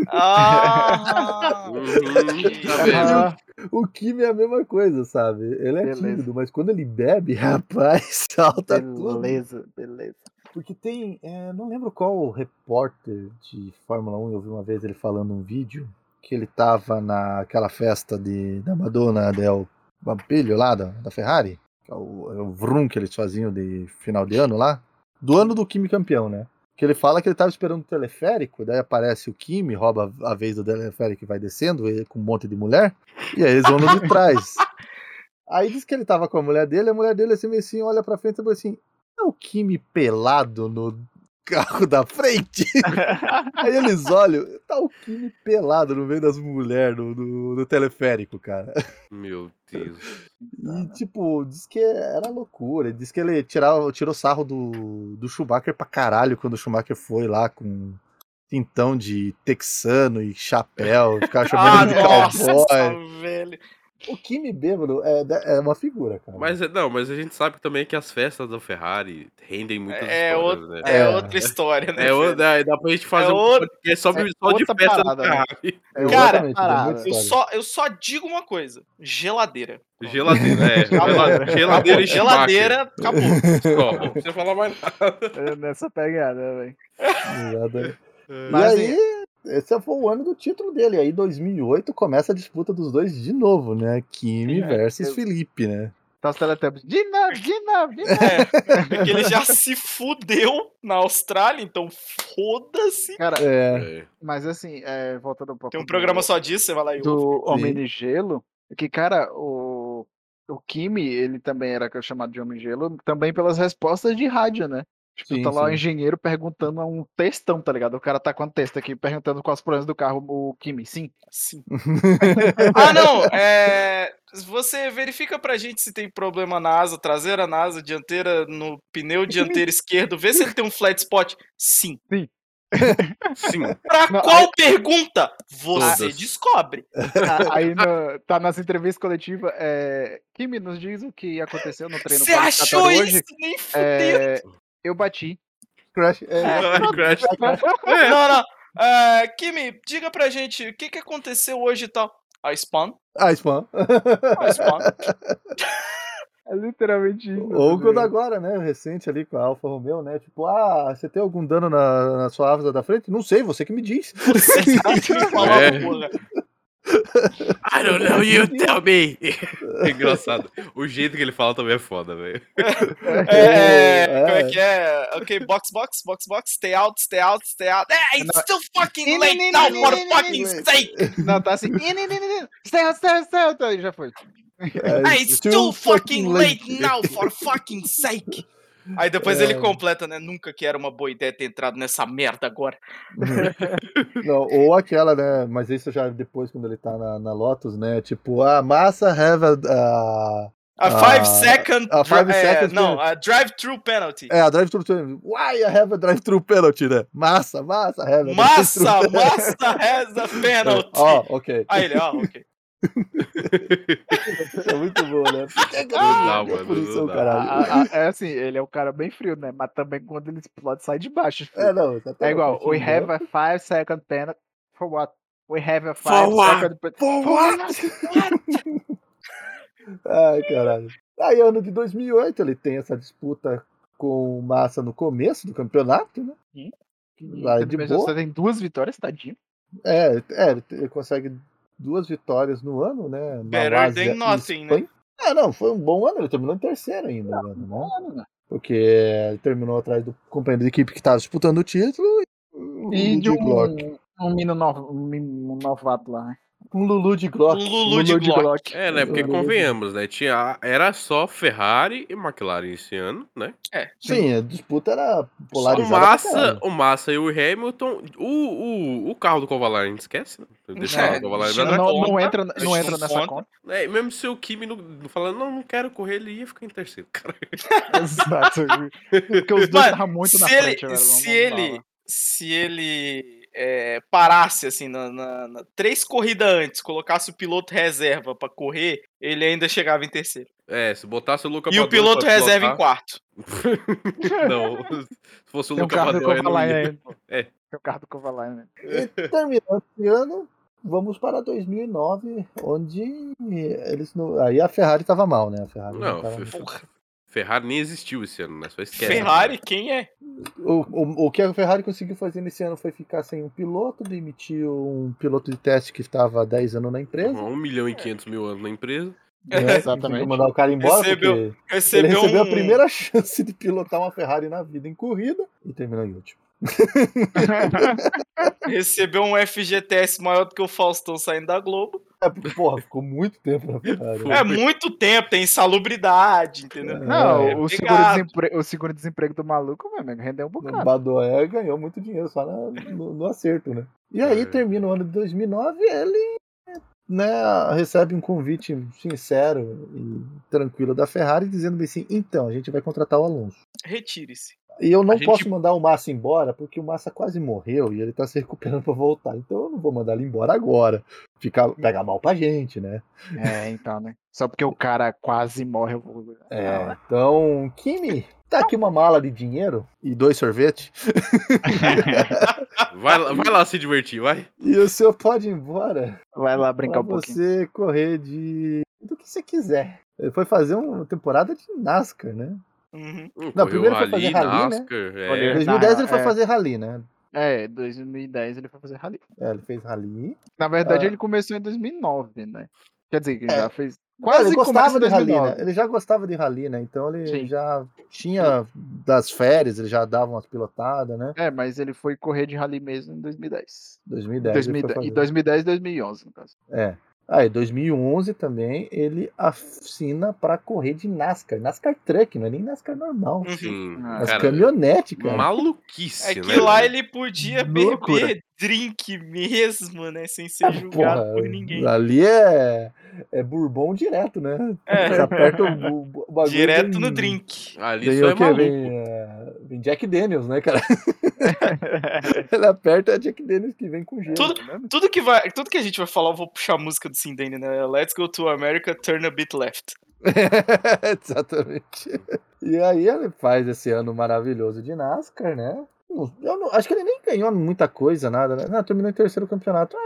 Ah! Tá vendo? Aham. O Kimi é a mesma coisa, sabe? Ele é Beleza. tímido, mas quando ele bebe, rapaz, salta tudo. Beleza, beleza. Porque tem. Não lembro qual repórter de Fórmula 1 eu vi uma vez ele falando um vídeo que ele tava naquela festa da Madonna Del Vampilho lá, da Ferrari. Que é o Vroom que eles faziam de final de ano lá. Do ano do Kimi campeão, né? Que ele fala que ele tava esperando o teleférico, daí aparece o Kimi, rouba a vez do teleférico e vai descendo, ele com um monte de mulher, e aí eles vão no de trás. Aí diz que ele tava com a mulher dele assim, meio assim, olha pra frente e fala assim, é o Kimi pelado no carro da frente? Aí eles olham, tá o Kimi pelado no meio das mulheres no teleférico, cara. Meu Deus. E, tipo, diz que era loucura. Diz que ele tirou sarro do Schumacher pra caralho quando o Schumacher foi lá com tintão de texano e chapéu, ficava chamando ele de Nossa, cowboy. velho. O Kimi bêbado é uma figura, cara. Mas a gente sabe também que as festas da Ferrari rendem muitas É histórias, né? É outra história, né? velho? Dá pra gente fazer É um outra- podcast só de outra festa parada, da né? Ferrari. Cara, Exatamente, tem parada. muita Eu história. só digo uma coisa: geladeira. Geladeira, Geladeira. Geladeira e Geladeira, acabou. Só, não precisa falar mais nada. É nessa pegada, velho. Exatamente. Mas, e aí, esse foi o ano do título dele. Aí, 2008, começa a disputa dos dois de novo, né? Kimi versus Felipe, né? Tá os Teletubbies. De novo. Porque ele já se fudeu na Austrália, então foda-se. Cara, É. mas assim, voltando um pouco Tem um programa só disso, você vai lá e ouve. do Homem de Gelo, que, cara, o Kimi, ele também era chamado de Homem de Gelo, também pelas respostas de rádio, né? Tipo, Sim, tá lá o sim. engenheiro perguntando a um textão, tá ligado? O cara tá com um texto aqui, perguntando quais os problemas do carro, o Kimi, sim. Sim. Ah, não. Você verifica pra gente se tem problema na asa traseira, na asa dianteira, no pneu dianteiro esquerdo. Vê se ele tem um flat spot. Sim. Sim. Pra Não, qual pergunta? Você Todas. descobre. Aí tá nas entrevistas coletivas, Kimi, nos diz o que aconteceu no treino Você achou qualificatório isso? hoje. Nem fudeu. Eu bati. Crash. Crash. Não. Kimi, diga pra gente o que aconteceu hoje e tal. A Spawn. Spam. A Spawn. É literalmente isso. Ou quando né? agora, né? Recente ali com a Alfa Romeo, né? Tipo, você tem algum dano na sua asa da frente? Não sei, você que me diz. Você sabe que me falava, É. porra. I don't know, you tell me. É engraçado. O jeito que ele fala também é foda, velho. Como é que é? Ok, box, stay out. It's still fucking late now, for fucking sake! Não, tá assim. Stay out. Já foi. It's too fucking late now, for fucking sake! Aí depois ele completa, né? Nunca que era uma boa ideia ter entrado nessa merda agora. Não, ou aquela, né? Mas isso já depois, quando ele tá na Lotus, né? Tipo, a Massa have A 5 second. a 5 second Não, penalty. a drive-through penalty. a drive-thru penalty. Why I have a drive-thru penalty, né? Massa have a drive-thru Massa has a penalty. Ó, ok. Aí ele, ok. É muito bom, né? dá, mano, Punição, não dá. caralho. É assim, ele é um cara bem frio, né? Mas também quando ele explode, sai de baixo, filho. É, não, você tá É igual, curtindo, we né? have a 5-second penalty. For what? We have a For what? 5-second penalty. For what? Ai, caralho. Aí, ano de 2008, ele tem essa disputa com o Massa no começo do campeonato, né? Vai de boa. Você tem 2 vitórias, tadinho. Ele consegue 2 vitórias no ano, né? Better Malásia than e nothing, Espanha. Não, foi um bom ano, ele terminou em terceiro ainda, né? Porque ele terminou atrás do companheiro de equipe que estava disputando o título E de Lulu de Glock. um menino novato lá, né? Um Lulu de Glock. Lulu de Glock. É, né? Porque convenhamos, né? Era só Ferrari e McLaren esse ano, né? Sim, a disputa era O polarizada. Massa, e o Hamilton. O carro do Kovalainen, não esquece, né? Deixa o carro do Kovalainen pra trás. Não entra não nessa conta. conta. É, mesmo se o Kimi não falando, não quero correr, ele ia ficar em terceiro, cara. Exato. Porque os dois Mano, estavam muito na se ele, frente, velho. se ele parasse assim na 3 corridas antes, colocasse o piloto reserva pra correr, ele ainda chegava em terceiro. É, se botasse o Luca E o Badoer piloto pra reserva em pilotar- quarto. Não, se fosse o Tem um Luca carro do Badoer, não Kovalainen ia. aí, pô. É. Tem um carro do Kovalainen, né? E terminando esse ano, vamos para 2009, onde eles não... Aí a Ferrari estava mal, né? A Ferrari Não, tava... Ferrari nem existiu esse ano, né? Só esquece. Ferrari, quem é? O que a Ferrari conseguiu fazer nesse ano foi ficar sem um piloto, demitiu um piloto de teste que estava há 10 anos na empresa. 1.500.000 anos na empresa. Né? Exatamente. Conseguiu mandar o cara embora porque ele recebeu a primeira chance de pilotar uma Ferrari na vida em corrida e terminou em último. Recebeu um FGTS maior do que o Faustão saindo da Globo. Porque, porra, ficou muito tempo na Ferrari. É muito tempo, tem insalubridade, entendeu? Não, o pegado. seguro-desemprego do maluco, meu amigo, rendeu um O bocado. Badoer ganhou muito dinheiro só no acerto, né? E aí termina o ano de 2009 ele, né, recebe um convite sincero e tranquilo da Ferrari dizendo assim, então, a gente vai contratar o Alonso. Retire-se. E eu não A gente- posso mandar o Massa embora porque o Massa quase morreu e ele tá se recuperando pra voltar. Então eu não vou mandar ele embora agora. Pega mal pra gente, né? É, então, né? Só porque o cara quase morre. Eu vou... Então, Kimi, tá aqui uma mala de dinheiro e 2 sorvetes. Vai lá se divertir, vai. E o senhor pode ir embora Vai lá brincar pra um pouquinho. você correr do que você quiser. Ele foi fazer uma temporada de NASCAR, né? Uhum. Não, primeiro foi fazer rally, né? NASCAR, Olha, Em 2010 ele foi é. fazer rally, né? É, 2010 ele foi fazer rally. Ele fez rally. Na verdade, ele começou em 2009, né? Quer dizer, que já fez. Ele Quase gostava começa em de rally, 2009. né? Ele já gostava de rally, né? Então ele Sim. já tinha das férias, ele já dava umas pilotadas, né? É, mas ele foi correr de rally mesmo em 2010. 2010 ele foi fazer. E 2010 e 2011, no caso. Em 2011 também ele assina pra correr de NASCAR. NASCAR Truck, não é nem NASCAR normal. Sim, As cara, caminhonete, cara. maluquice, É que né? lá velho? ele podia Loucura. beber drink mesmo, né? Sem ser julgado Porra, por ninguém. ali é bourbon direto, né? Você aperta o bagulho. Direto vem- no drink. Ali Vem só o é quê? maluco. Vem Jack Daniels, né, cara? Ele aperta é Jack Daniels que vem com gelo. Tudo que a gente vai falar, eu vou puxar a música do Sindane, né? Let's go to America, turn a bit left. Exatamente. E aí ele faz esse ano maravilhoso de NASCAR, né? Acho que ele nem ganhou muita coisa, nada, né? Não, terminou em terceiro campeonato.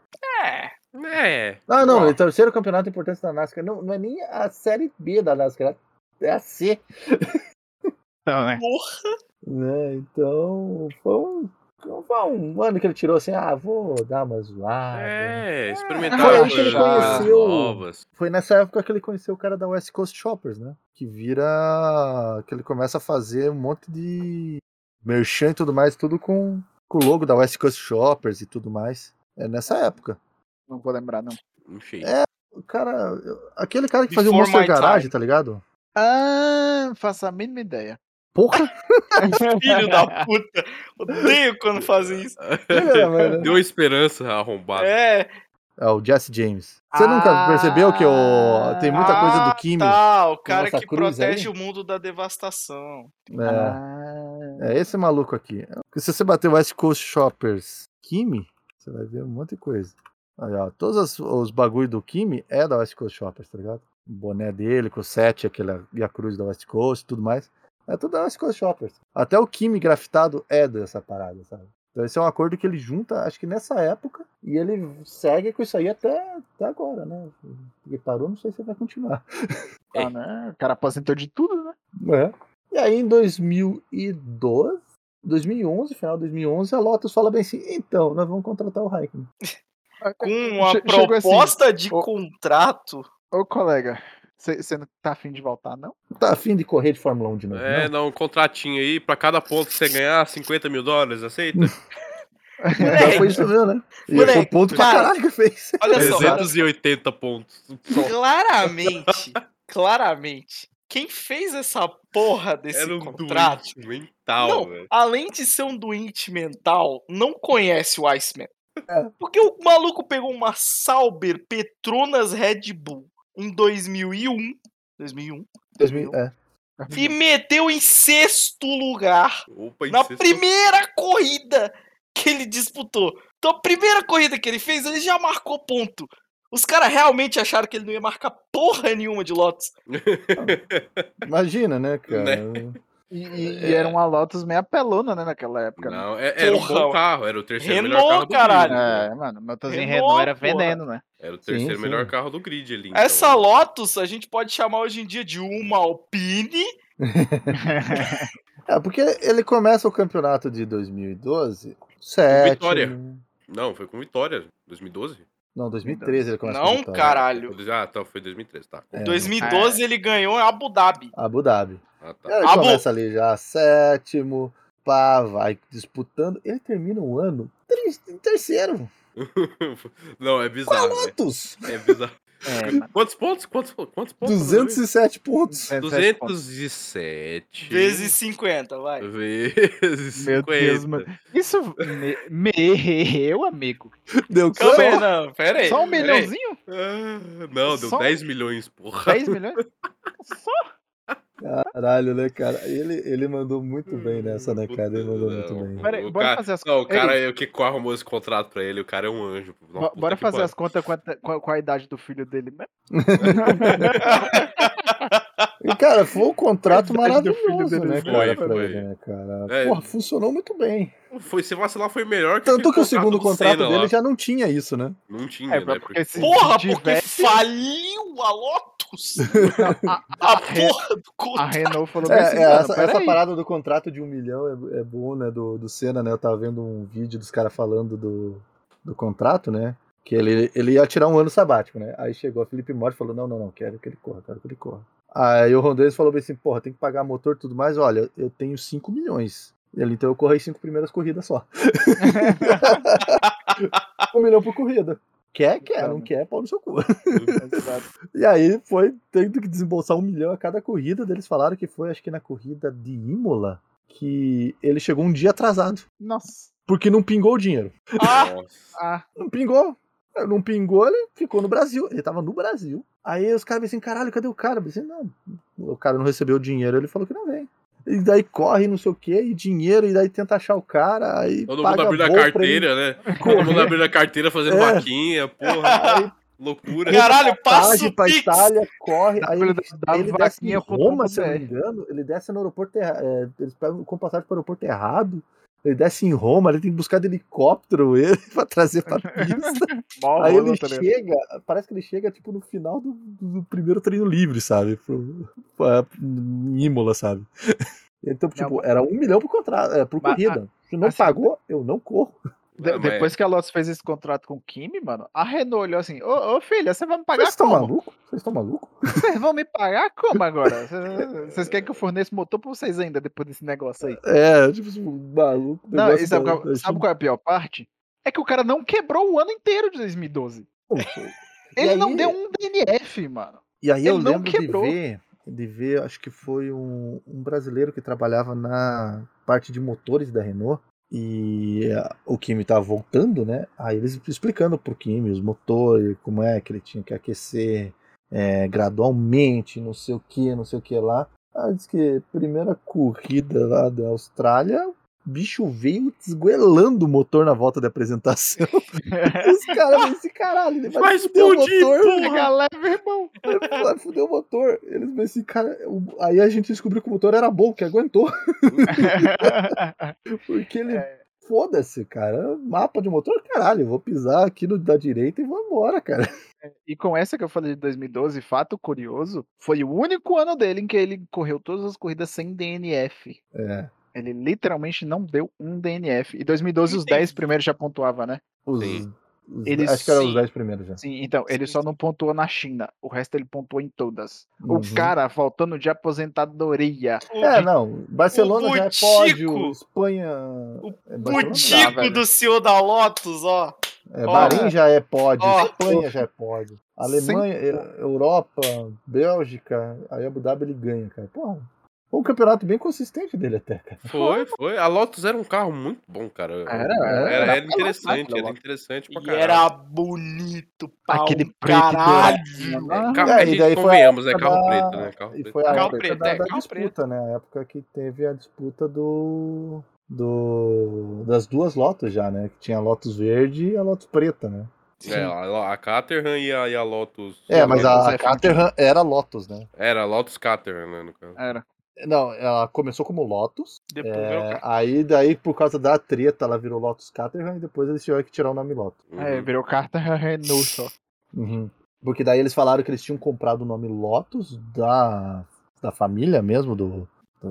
Não, Ó, o terceiro campeonato importante da NASCAR não é nem a série B da NASCAR, é a C. Então, né? Né? Então, foi um ano que ele tirou assim, vou dar uma zoada. experimentar Foi aí coisas que ele conheceu. novas. Foi nessa época que ele conheceu o cara da West Coast Shoppers, né? Que ele começa a fazer um monte de merchan e tudo mais, tudo com o logo da West Coast Shoppers e tudo mais. É nessa época. Não vou lembrar, não. Enfim. O cara, aquele cara que fazia o Before Monster my Garage, time. tá ligado? Faço a mínima ideia. Porra! Filho da puta. Odeio quando fazem isso. Deu esperança arrombado. É. É o Jesse James. Você nunca percebeu que tem muita coisa do Kimi? Tá, o cara nossa que cruz protege aí? o mundo da devastação. É esse maluco aqui. Porque se você bater West Coast Shoppers Kimi, você vai ver um monte de coisa. Aí, ó, todos os bagulho do Kimi é da West Coast Shoppers, tá ligado? O boné dele, com o 7, e a cruz da West Coast e tudo mais. É tudo da West Coast Shoppers. Até o Kimi grafitado é dessa parada, sabe? Então esse é um acordo que ele junta, acho que nessa época, e ele segue com isso aí até agora, né? Porque parou, não sei se vai continuar. Ah, né? O cara aposentou de tudo, né? É. E aí em 2011, final de 2011, a Lotus fala bem assim, então, nós vamos contratar o Raikkonen. Com uma Chegou assim, proposta de ô- contrato. Ô, colega, você não tá afim de voltar, não? Tá afim de correr de Fórmula 1 de novo, não? Não, um contratinho aí, pra cada ponto que você ganhar, $50 mil, aceita? Então foi isso mesmo, né? E foi Moleque, ponto pra cara, caralho que fez. Olha só, 380 pontos. claramente, quem fez essa porra desse Era um contrato, doente mental, não, velho. além de ser um doente mental, não conhece o Iceman. É. Porque o maluco pegou uma Sauber Petronas Red Bull em 2001 É. e meteu em 6º lugar Opa, na incesto. primeira corrida que ele disputou. Então a primeira corrida que ele fez, ele já marcou ponto. Os caras realmente acharam que ele não ia marcar porra nenhuma de Lotus. Imagina, né, cara? Né? E era uma Lotus meio apelona, né, naquela época. Né? Não, era um bom Porra, carro, era o terceiro Renault, melhor carro do caralho. grid. Né? É, mano, motorzinho Renault, Renault era porra. veneno, né? Era o terceiro Sim, melhor sim. carro do grid ali. Então. Essa Lotus a gente pode chamar hoje em dia de uma Alpine. É, porque ele começa o campeonato de 2012, sétimo. Vitória. Não, foi com Vitória, 2012? Não, 2013 ele começa com Não, Vitória. caralho. Ah, tá, foi 2013, tá. É. 2012 ele ganhou em Abu Dhabi. Abu Dhabi. Ah, tá. Ele Abu- começa ali já sétimo, pá, vai disputando. Ele termina um ano em terceiro. Não, é Com a bizarro. Né? Lotus! É bizarro. É, mano. Quantos pontos? Quantos pontos? 207 pontos. 207 Vezes 50, vai. vezes Meu 50. Deus, mano. Isso, meu amigo. Deu Calma aí, só, não, pera aí. Só um pera aí. milhãozinho? Não, deu Só- 10 milhões, porra. 10 milhões? Só? Caralho, né, cara? Ele mandou muito bem nessa, né, cara? Ele mandou muito bem. Peraí, O bora cara, fazer as não, o Ei. cara é o que arrumou esse contrato pra ele, o cara é um anjo. Não, puta Bora que fazer pariu. as contas com a idade do filho dele mesmo? E, cara, foi um contrato A idade do filho maravilhoso, dele né, foi, cara, pra foi. ele, né, cara? É. Porra, funcionou muito bem. Foi, se vacilar foi melhor que Tanto que o aquele segundo do contrato Senna dele lá. já não tinha isso, né? Não tinha, É, né? porque se Porra, porque tivesse, faliu a Lotus. a, A Re- porra do a contrato. Renault falou bem assim, mano, Essa peraí. parada do contrato de 1 milhão é bom, né, do Senna, né? Eu tava vendo um vídeo dos caras falando do contrato, né? Que ele ia tirar um ano sabático, né? Aí chegou a Felipe Morte e falou, não, quero que ele corra. Aí o Ron Dennis falou bem assim, porra, tem que pagar motor e tudo mais, olha, eu tenho 5 milhões. Ele, então eu corro as 5 primeiras corridas só. 1 milhão por corrida. Quer, não quer, pau no seu cu. Exato. E aí foi tendo que desembolsar 1 milhão a cada corrida. Eles falaram que foi, acho que na corrida de Imola, que ele chegou um dia atrasado. Nossa. Porque não pingou o dinheiro. Nossa. Ah, Não pingou. Não pingou, ele ficou no Brasil. Ele tava no Brasil. Aí os caras assim, caralho, cadê o cara? Eu disse, não, o cara não recebeu o dinheiro. Ele falou que não vem. E daí corre, não sei o que, e dinheiro, e daí tenta achar o cara, aí Todo mundo paga abrindo a voo pra ele carteira, né? Todo correr. mundo abrindo a carteira, fazendo É. vaquinha, porra. Loucura. Caralho, passa Passagem o pra Pix. Itália, corre, aí ele desce em vaquinha.com.br. Roma, se eu não me engano, ele desce no aeroporto errado, eles pegam com passagem pro aeroporto errado, ele desce em Roma, ele tem que buscar de helicóptero ele pra trazer pra pista, mó aí rola, ele tá ligado? chega, parece que ele chega tipo no final do primeiro treino livre, sabe, em Imola, sabe. Então, tipo, era 1 milhão por contrato, por Mas, corrida. Se não assim, pagou, eu não corro. Depois que a Lotus fez esse contrato com o Kimi, mano, a Renault olhou assim, ô filha, você vai me pagar Vocês estão como? malucos? Vocês estão malucos? Vocês vão me pagar como agora? Vocês querem que eu forneça motor pra vocês ainda depois desse negócio aí? É, tipo, maluco. Não, negócio e sabe, da sabe qual é a pior parte? É que o cara não quebrou o ano inteiro de 2012. Ele não deu um DNF, mano. E aí eu Ele não lembro quebrou. de ver, acho que foi um brasileiro que trabalhava na parte de motores da Renault. E o Kimi tava voltando, né? Aí eles explicando pro Kimi os motores, como é que ele tinha que aquecer gradualmente, não sei o que lá. Aí diz que primeira corrida lá da Austrália, bicho veio esgoelando o motor na volta de apresentação. E os caras vão assim, caralho, ele vai fuder o motor. Pega leve, irmão. Vai fuder o motor. Eles vão assim, cara. Aí a gente descobriu que o motor era bom, que aguentou. Porque ele. Foda-se, cara. Mapa de motor, caralho. Eu vou pisar aqui no da direita e vou embora, cara. E com essa que eu falei de 2012, fato curioso, foi o único ano dele em que ele correu todas as corridas sem DNF. É. Ele literalmente não deu um DNF. E 2012 os 10 primeiros já pontuava, né? Sim. Eles- Acho que eram os sim. 10 primeiros já. Sim, então, ele só não pontuou na China. O resto ele pontuou em todas. Uhum. O cara faltando de aposentadoria. Não. Barcelona já é Butico. pódio. Espanha. O Barcelona Butico velho. do CEO da Lotus, ó. Bahrein já é pódio. Ó. Espanha já é pódio. Alemanha, Europa, Bélgica. Aí Abu Dhabi ele ganha, cara. Porra. Foi um campeonato bem consistente dele até, cara. Foi. A Lotus era um carro muito bom, cara. Era Interessante, pra era lá. interessante pra E caralho. era bonito pra Aquele um preto e caralho. dourado. A e gente daí foi convenhamos, a né? época Carro da- preto, né? Carro E preto. foi a Carro época preto, da carro disputa, né? A época que teve a disputa das duas Lotus já, né? Que tinha a Lotus verde e a Lotus preta, né? A Caterham e a Lotus. Mas Lotus a F1. Caterham era Lotus, né? Era a Lotus Caterham, né? No caso. Era. Não, ela começou como Lotus. Depois virou carro. Aí daí, por causa da treta, ela virou Lotus Caterham e depois eles tiveram que tirar o nome Lotus. Uhum. Virou carta Renault só. Porque daí eles falaram que eles tinham comprado o nome Lotus da família mesmo, do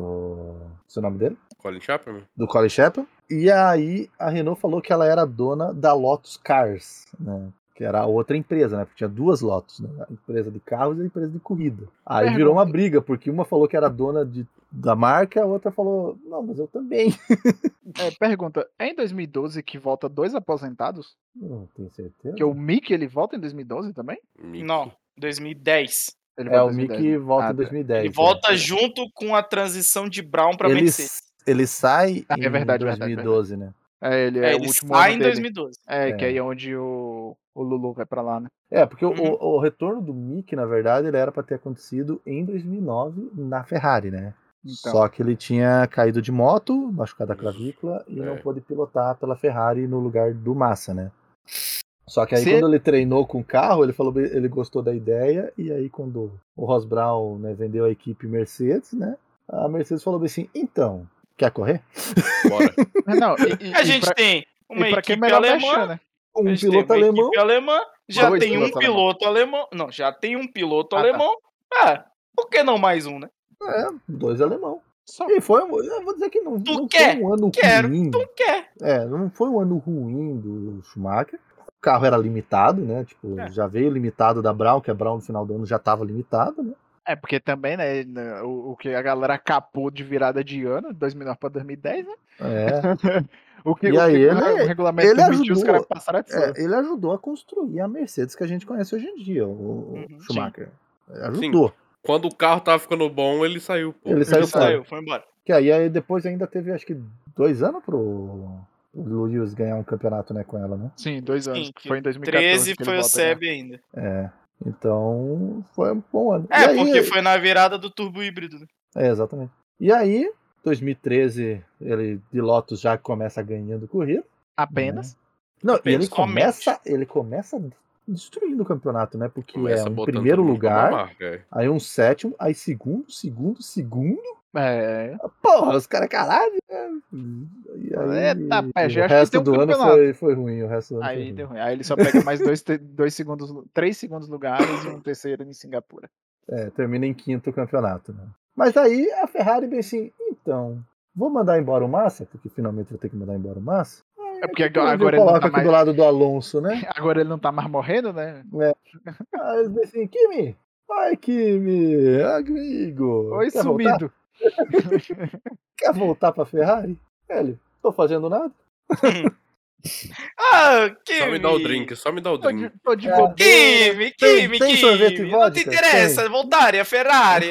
seu nome dele? Colin Chapman? Do Colin Chapman. E aí a Renault falou que ela era dona da Lotus Cars, né? Que era a outra empresa, né? Porque tinha duas Lotus, né? A empresa de carros e a empresa de corrida. Aí virou uma briga, porque uma falou que era dona da marca, a outra falou, não, mas eu também. Pergunta, é em 2012 que volta 2 aposentados? Não tenho certeza. Que o Mickey ele volta em 2012 também? Não, 2010. Ele O volta em 2010, Mickey né? volta em 2010. Ele volta junto com a transição de Brown pra ele, Mercedes. ele sai É verdade, 2012, né? Ele é o Ele último sai ano em dele. 2012. Que aí é onde o Lulu vai pra lá, né? Porque o retorno do Mickey, na verdade, ele era pra ter acontecido em 2009 na Ferrari, né? Então. Só que ele tinha caído de moto, machucado a clavícula e não pôde pilotar pela Ferrari no lugar do Massa, né? Só que aí quando ele treinou com o carro, ele gostou da ideia e aí quando o Ross Brown, né, vendeu a equipe Mercedes, né? A Mercedes falou assim, então, quer correr? Bora. Não, A gente tem uma e pra que equipe melhor alemã. mexer, né? Um A gente piloto tem uma alemão. equipe alemã. Já Dois tem um pilotos piloto alemão. Não, já tem um piloto Ah, alemão. Por que não mais um, né? 2 alemão. Só E foi, eu vou dizer que não quer? foi um ano Quero. ruim. Tu quer. Não foi um ano ruim do Schumacher. O carro era limitado, né? Tipo, já veio limitado da Brown, que a Brown no final do ano já tava limitado, né? porque também, né, o que a galera capou de virada de ano, de 2009 pra 2010, né? E aí o regulamento ele permitiu os ajudou, caras passarem a tesoura. ele ajudou a construir a Mercedes que a gente conhece hoje em dia, o Schumacher. Sim. Ajudou. Quando o carro tava ficando bom, ele saiu, pô. Ele saiu fora. Foi embora. Que aí depois ainda teve, acho que 2 anos pro Lewis ganhar um campeonato, né, com ela, né? Sim, 2 anos. Sim, Que foi em 2014. 13 que ele foi o volta, né? SEB ainda. Então, foi um bom ano. E aí, Porque foi na virada do turbo híbrido. Né? Exatamente. E aí, 2013, ele de Lotus já começa ganhando corrida. Apenas. Não, e Somente. ele começa destruindo o campeonato, né? Porque Começa é um botando primeiro todo mundo pra lugar, mamar, cara. aí um sétimo, aí segundo. É. Porra, os caras, caralho. E aí, Eita, pé, já o acho que resto tem um do ano campeonato. foi ruim. O resto do ano foi Aí ruim. deu ruim. Aí ele só pega mais 3 segundos lugares e um terceiro em Singapura. Termina em quinto o campeonato, né? Mas aí a Ferrari bem assim, então, vou mandar embora o Massa, porque finalmente vou ter que mandar embora o Massa. É porque Agora agora ele ele não coloca tá aqui mais. do lado do Alonso, né? Agora ele não tá mais morrendo, né? Aí eles dizem assim, Kimi, vai Kimi, amigo. Oi, quer sumido. Quer voltar pra Ferrari? Ele, tô fazendo nada. Só me dá o drink, só me dá o drink. Tô de bobeira. Kimi, tem sorvete e Não te vodka? interessa, voltarem a Ferrari.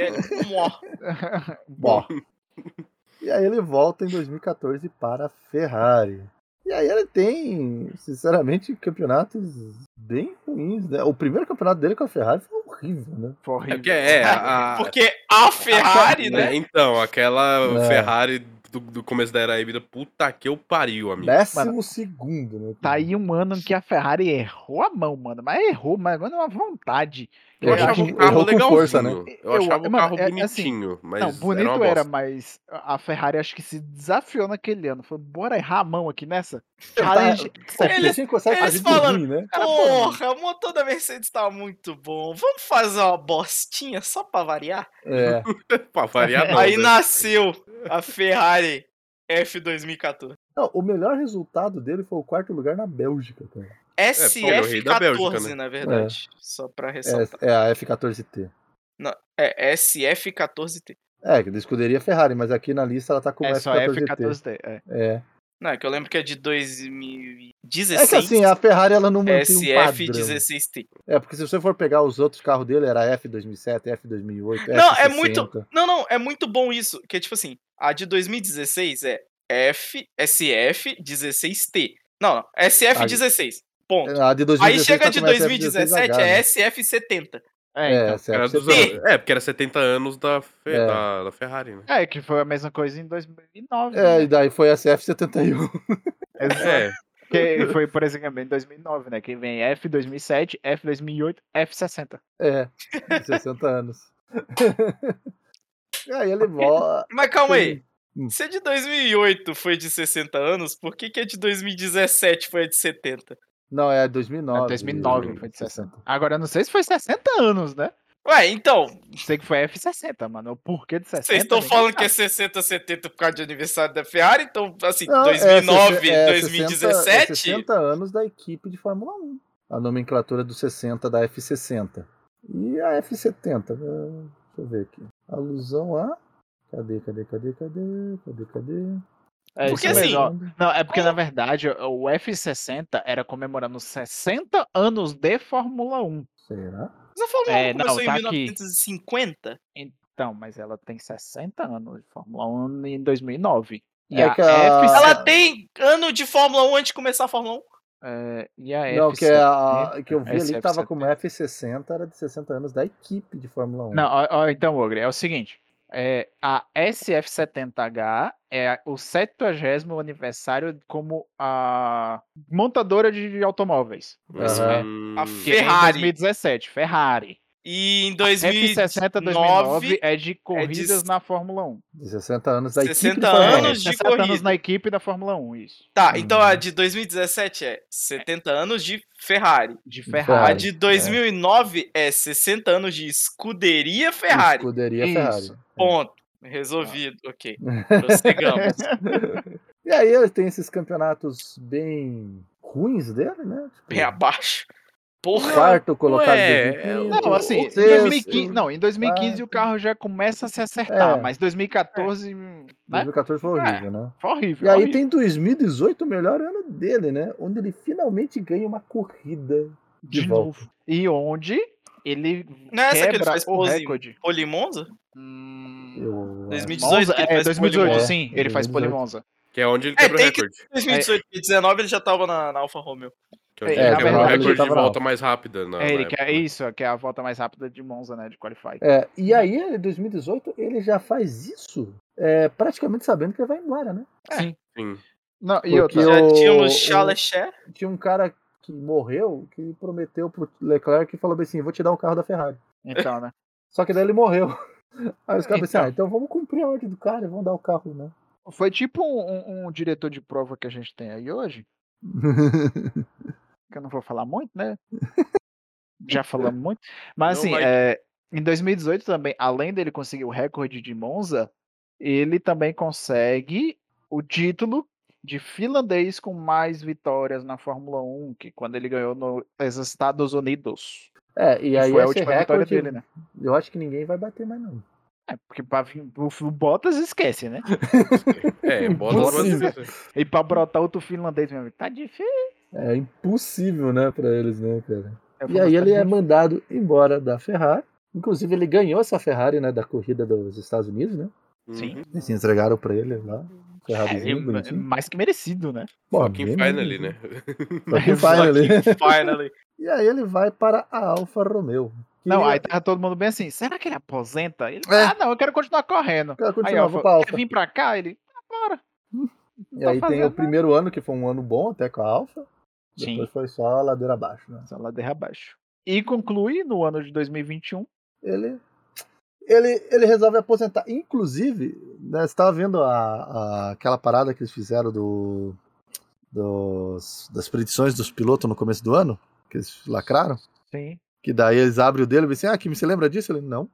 Bom. E aí ele volta em 2014 para a Ferrari. E aí ele tem, sinceramente, campeonatos bem ruins, né? O primeiro campeonato dele com a Ferrari foi horrível, né? Horrível. Porque Porque a Ferrari, né? Então, aquela Ferrari do começo da era híbrida, puta que eu pariu, amigo. 12º, né? Tá aí um ano em que a Ferrari errou a mão, mano. Mas errou, mas agora é uma vontade. Eu achava Errou o carro com legalzinho. força, né? Eu achava o mano, carro bonitinho, mas Não, era uma bonito era, bosta. mas a Ferrari acho que se desafiou naquele ano. Falou, bora errar a mão aqui nessa? Tá, Challenge. a gente consegue eles fazer de falando, ruim, né? Porra, o motor da Mercedes tá muito bom. Vamos fazer uma bostinha só pra variar? É. Pra variar não, Aí né? nasceu a Ferrari F2014. Não, o melhor resultado dele foi o 4º lugar na Bélgica, cara. porque ele é o rei da Bélgica, SF14, né? na verdade. Só pra É, ressaltar. é a F14T. Não, é SF14T. É, que da escuderia Ferrari, mas aqui na lista ela tá como É só F14T. F14T. É. É. Não, é que eu lembro que é de 2016. É que assim, a Ferrari ela não mantém um padrão. SF16T. É, porque se você for pegar os outros carros dele, era F2007, F2008, Não, F60. é muito. Não, é muito bom isso. Que é tipo assim, a de 2016 é SF16T. Não, SF16. Ponto. A de 2016 Aí chega tá de como 2017 SF16H, é né? SF70. Então. Era porque era 70 anos da Ferrari, né? É, que foi a mesma coisa em 2009. É, e né? daí foi SF71. É, Que foi, por exemplo, em 2009, né? Que vem F 2007, F 2008, F60. É, de 60 anos. E aí ele volta. Mas calma aí. Hum. Se a de 2008 foi de 60 anos, por que a de 2017 foi a de 70? Não, é 2009. 2009 foi de 60. Agora, eu não sei se foi 60 anos, né? Ué, então, Sei que foi F60, mano. O porquê de 60? vocês estão ninguém falando que é sabe. 60, 70 por causa de aniversário da Ferrari, então, assim, Não, 2009, é 2017... 60 anos da equipe de Fórmula 1. A nomenclatura do 60 da F60. E a F70? Deixa eu ver aqui. Alusão a... Cadê? É Porque isso assim, mesmo, ó. Não, é porque, na verdade, o F60 era comemorando 60 anos de Fórmula 1. Será? Mas a Fórmula 1 É, começou não, em tá aqui. 1950? Então, mas ela tem 60 anos de Fórmula 1 em 2009. E É a que a- F60... Ela tem ano de Fórmula 1 antes de começar a Fórmula 1? E a Não, F70... que eu vi ali que tava SF70. como F60, era de 60 anos da equipe de Fórmula 1. Não, ó, então, Ogre, é o seguinte. A SF70H é o 70º aniversário como a montadora de automóveis. Aham. A Que é em Ferrari. 2017, Ferrari. E em F60 2009 é de corridas na Fórmula 1. De 60 anos da equipe 60 de Fórmula 1. anos de 60 anos corrida. na equipe da Fórmula 1, isso. Tá, então a de 2017 é 70 anos de Ferrari. De A Ferrari. de 2009 é 60 anos de escuderia Ferrari. Escuderia Isso. Ferrari. Ponto. Resolvido. Ok. Prossigamos. E aí ele tem esses campeonatos bem ruins dele, né? Tipo, Bem abaixo. Porra. quarto colocado Ué, em 2015. Não, assim, em sexto, 2015, não, em 2015 o carro já começa a se acertar, É. mas 2014, né? 2014 foi horrível, né? Foi horrível. E aí horrível. tem 2018, o melhor ano dele, né? Onde ele finalmente ganha uma corrida de volta. novo. E onde ele Não é essa que ele quebra faz o pose recorde. Polimonza? Eu, 2018 Monza, que ele faz 2018, Polimonza. sim, ele faz 2018. polimonza. Que é onde ele quebra o tem que- recorde. 2018 e 2019 ele já tava na Alfa Romeo. Que é onde É, ele na quebra o verdade, recorde ele de tava volta lá. mais rápida. Na ele época, quer né? isso, que é a volta mais rápida de Monza, né, de Qualify. E aí, em 2018, ele já faz isso praticamente sabendo que ele vai embora, né? Sim. Não, e Porque outra, Já o- tínhamos o- Charles Leclerc. Tinha um cara que morreu que prometeu pro Leclerc e falou bem assim, vou te dar um carro da Ferrari. então, né? Só que daí ele morreu. Aí os caras pensaram, Então. então vamos cumprir a ordem do cara e vamos dar o carro, né? Foi tipo um diretor de prova que a gente tem aí hoje, que eu não vou falar muito, né? Já falamos muito. Mas Não assim, vai- em 2018 também, além dele conseguir o recorde de Monza, ele também consegue o título de finlandês com mais vitórias na Fórmula 1, que quando ele ganhou nos Estados Unidos. E Que aí foi a esse última vitória recorde, dele, né? eu acho que ninguém vai bater mais não. Porque o Bottas esquece, né? Bota Impossível. E pra brotar outro finlandês mesmo, tá difícil. É impossível, né, pra eles, né, cara? Eu E falo, aí tá ele é difícil. mandado embora da Ferrari. Inclusive ele ganhou essa Ferrari, né, da corrida dos Estados Unidos, né? Sim. Eles entregaram pra ele lá. Ferrarizinho, bonitinho. Mais que merecido, né? Pô, Fucking bem finally, merecido. né? Fucking finally. Finally. E aí ele vai para a Alfa Romeo. Que Não, aí tava todo mundo bem assim, será que ele aposenta? Ele, É. não, eu quero continuar correndo. Quero Aí, continuar, ó, vou pra Alfa. quer vir pra cá? Ele, tomara. E tá aí tem fazendo o nada. primeiro ano, que foi um ano bom até com a Alpha. Sim. Depois foi só ladeira abaixo, né? Essa ladeira abaixo. E conclui no ano de 2021. Ele resolve aposentar. Inclusive, né, você estava vendo aquela parada que eles fizeram das predições dos pilotos no começo do ano? Que eles lacraram? Sim. Que daí eles abrem o dele e dizem assim, Kimi, você lembra disso? Ele, não.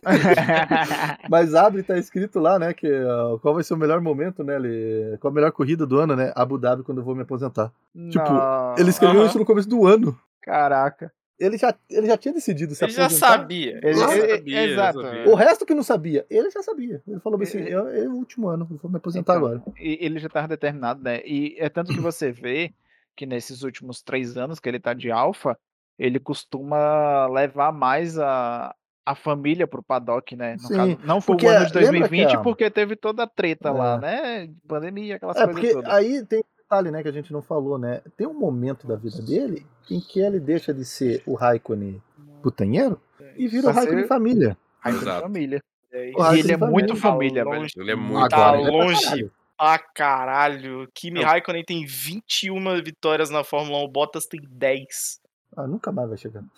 Mas abre e tá escrito lá, né, que qual vai ser o melhor momento, né, qual a melhor corrida do ano, né, Abu Dhabi, quando eu vou me aposentar. Tipo, ele escreveu isso no começo do ano. Caraca. Ele já tinha decidido se Ele já aposentar. sabia. Ele- Lá- ele- sabia, exato. sabia. O resto que não sabia, ele já sabia. Ele falou assim, é o último ano, eu vou me aposentar Então, agora. e ele já estava determinado, né? E é tanto que você vê que nesses últimos 3 anos que ele tá de Alpha, ele costuma levar mais a família pro paddock, né? No Sim, caso, não foi porque o ano de lembra 2020, que porque teve toda a treta lá, É. né? Pandemia, aquelas É, coisas porque todas. aí tem um detalhe, né, que a gente não falou, né? Tem um momento da vida dele em que ele deixa de ser o Raikkonen putanheiro e vira o Pra Raikkonen ser- família. Aí foi Exato. família. O E Raikkonen ele é muito família, Tá velho. longe, Ele é Agora muito. tá ele é pra longe caralho. pra caralho. Kimi Não. Raikkonen tem 21 vitórias na Fórmula 1, o Bottas tem 10. Nunca mais vai chegar.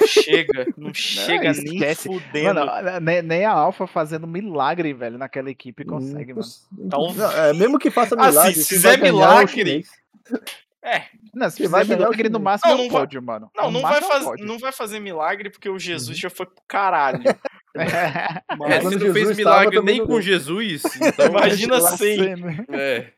Não chega nem esquece. fudendo. Mano, nem a Alpha fazendo milagre, velho, naquela equipe consegue, mano. Não, mesmo que faça Assim, milagre, se quem fizer vai ganhar é o milagre- chinês. Não, se Quem vai fizer ganhar é o milagre, no chinês. máximo Não, é não um vai- pódio, mano. Não, No não vai, máximo é um pódio. não vai fazer milagre porque o Jesus já foi pro caralho. É, Quando se não Jesus fez estava, milagre também nem não com deu. Jesus, então. Imagina Lá sem. sendo. É.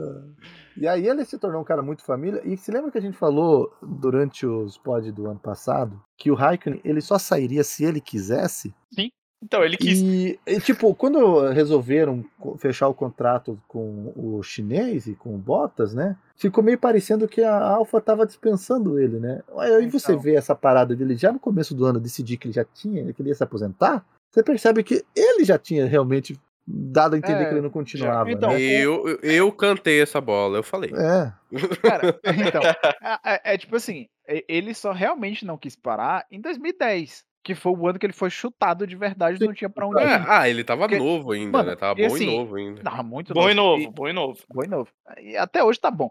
E aí ele se tornou um cara muito família. E se lembra que a gente falou durante os pods do ano passado que o Raikkonen ele só sairia se ele quisesse? Então, ele quis. E, tipo, quando resolveram fechar o contrato com o chinês e com o Bottas, né? Ficou meio parecendo que a Alfa tava dispensando ele, né? Aí você Então. vê essa parada dele já no começo do ano decidir que ele queria se aposentar. Você percebe que ele já tinha realmente dado a entender que ele não continuava, Então, né? Eu cantei essa bola, eu falei. É. Cara, então, é tipo assim, ele só realmente não quis parar em 2010, que foi o ano que ele foi chutado de verdade, Sim, não tinha pra onde ir. Ele tava Porque- novo ainda, mano, né? Tava e bom assim, e novo ainda. Não, muito Bom e novo. novo, bom e novo. Bom e novo. E até hoje tá bom.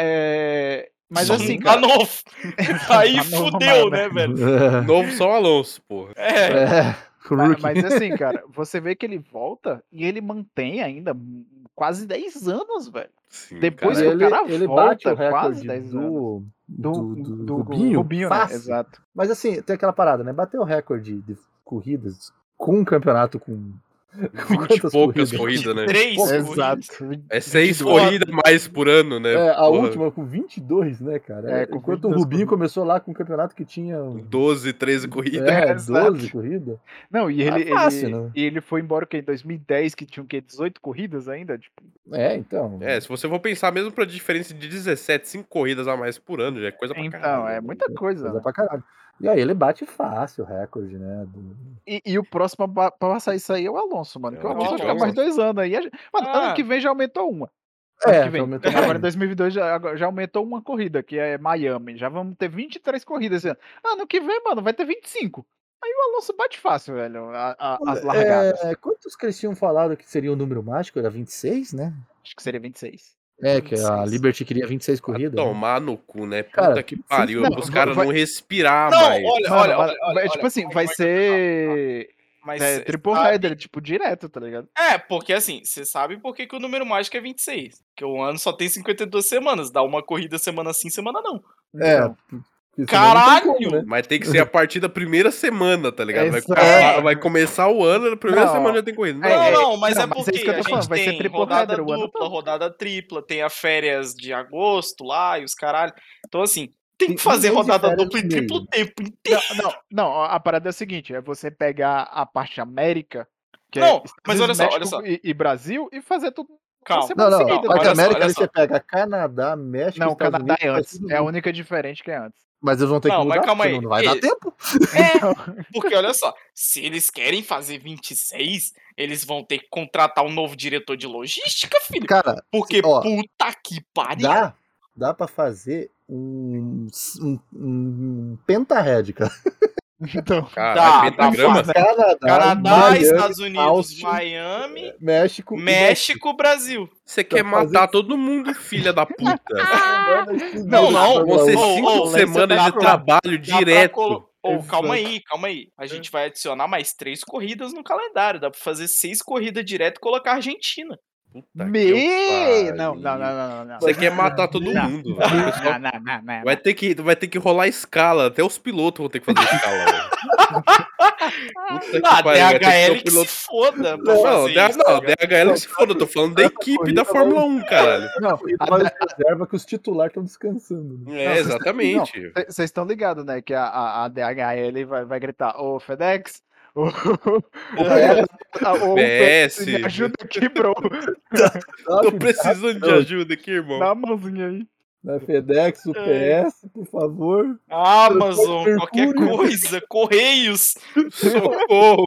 Mas Só assim, não cara. tá novo. Aí Tá novo, fudeu, mano. né, velho? Novo só o Alonso, porra. Mas assim, cara, você vê que ele volta e ele mantém ainda quase 10 anos, velho. Sim, Depois cara. que o cara ele bate volta o recorde quase 10 anos. do Rubinho, né? fácil. Exato. Mas assim, tem aquela parada, né? Bateu o recorde de corridas com um campeonato com 20 e quantas poucas corridas? corridas, né? 3 Poucas. corridas. Exato. É 6 22. corridas mais por ano, né? É, a Porra. última com 22, né, cara? Com Enquanto o 22 Rubinho corridas. começou lá com um campeonato que tinha 12, 13 corridas. Exato. 12 corridas. Não, e ele, fácil, ele, né? e ele foi embora o quê? Em 2010, que tinha o quê? 18 corridas ainda? Tipo, Então. Se você for pensar mesmo pra diferença de 17, 5 corridas a mais por ano, já é coisa pra então, caralho. é muita coisa. Coisa Né? pra caralho. E aí ele bate fácil o recorde, né? E o próximo pra passar isso aí é o Alonso, mano. Que o É o Alonso vai ficar Alonso. mais 2 anos aí. Mano, ano que vem já aumentou uma. Ano que vem. aumentou Agora em mais. 2022 já aumentou uma corrida, que é Miami. Já vamos ter 23 corridas esse ano. Ano que vem, mano, vai ter 25. Aí o Alonso bate fácil, velho, as largadas. Quantos que eles tinham falado que seria o número mágico? Era 26, né? Acho que seria 26. Que a 26. Liberty queria 26 corridas. Né? Tomar no cu, né? Puta Cara, que pariu. não, Os caras vai- não respirar Não, mais. olha, Tipo assim, vai ser Mas triple sabe- header, tipo, direto, tá ligado? porque assim, você sabe por que o número mágico é 26. Porque o ano só tem 52 semanas. Dá uma corrida semana sim, semana não. Então, porque senão não tem Caralho! como, né? Mas tem que ser a partir da primeira semana, tá ligado? Exato. Vai começar o ano, na primeira Não. semana já tem corrida. Não, mas não, é mas é porque isso que eu tô a falando, gente vai ser tem triple rodada header o ano dupla, todo. rodada tripla, tem as férias de agosto lá e os caralho. Então assim, tem Tem que fazer um mês de rodada férias dupla e no triplo o meio. tempo inteiro. Não, a parada é a seguinte, é você pegar a parte América, que Não, é mas Estados olha só, Unidos, olha México e Brasil, e fazer tudo Calma. na semana Não, seguida. a parte olha só, América olha ali só. você pega Canadá, México, Não, o Estados Canadá Unidos, é faz antes. tudo É a junto. única diferente que é antes. Mas eles vão ter que Não, mas mudar, calma porque aí. não vai dar Ele- tempo. Porque olha só, se eles querem fazer 26, eles vão ter que contratar um novo diretor de logística, filho. Cara, Porque ó, puta que pariu. dá pra fazer um penta-head, cara. Então, Caralho, dá pentagrama? fácil. Canadá, Canadá, Miami, Estados Unidos, Áustria, Miami, México. e México, Brasil. Você quer Tá fazendo- matar todo mundo, filha da puta. Mandando esse Não, vídeo não. pra Vão ser Fórmula 1. 5 semanas dá de pra- trabalho Dá pra direto. calma aí. A gente vai adicionar mais 3 corridas no calendário. Dá pra fazer 6 corridas direto e colocar a Argentina. Puta que pariu. Não. Você quer matar todo Não. mundo, velho. O pessoal Não. vai ter que rolar escala. Até os pilotos vão ter que fazer escala, velho. Puta que Ah, pariu, vai ter que ter DHL um que piloto. se foda pra Não, fazer isso. tá ligado? DHL que se foda, eu tô falando da equipe da Fórmula 1, caralho. Não, Mas reserva que os titulares estão descansando. Né? É, exatamente. vocês estão ligados, né? Que a DHL vai gritar, ô FedEx, ô PS. me ajuda aqui, bro. Tô precisando de ajuda aqui, irmão. Dá a mãozinha aí. Na FedEx, UPS, por favor. Amazon, Mercúrio. qualquer coisa. Correios. Socorro.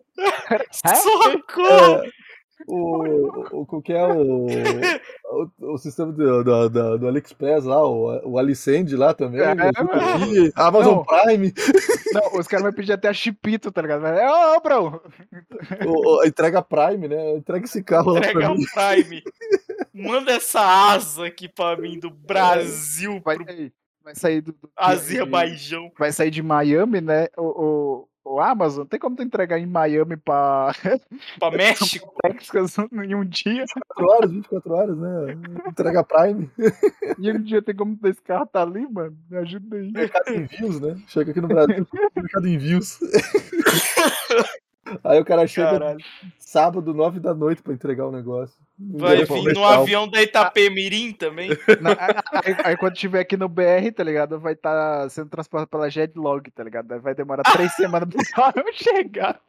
Socorro. O que é o sistema do AliExpress lá, o Alicend lá também. É, ajuda mano. aqui, Amazon Não. Prime, Não, os caras vão pedir até a chipito, tá ligado? Ô, bro. a entrega Prime, né? Entrega esse carro lá Entrega pra o mim. Prime. Manda essa asa aqui pra mim do Brasil Vai pro sair do Azerbaijão. vai sair de Miami, né? O Amazon, tem como tu entregar em Miami pra Pra México. Texas em um dia? 24 horas, né? Entrega Prime. E um dia tem como esse carro tá ali, mano? Me ajuda aí. Mercado Envios, né? Chega aqui no Brasil, Mercado Envios. Aí o cara chega Caralho. sábado, 9 da noite pra entregar o negócio. Vai vir no avião da Itapemirim também. Não, aí quando tiver aqui no BR, tá ligado? Vai estar sendo transportado pela Jetlog, tá ligado? Aí vai demorar 3 semanas pra carro chegar.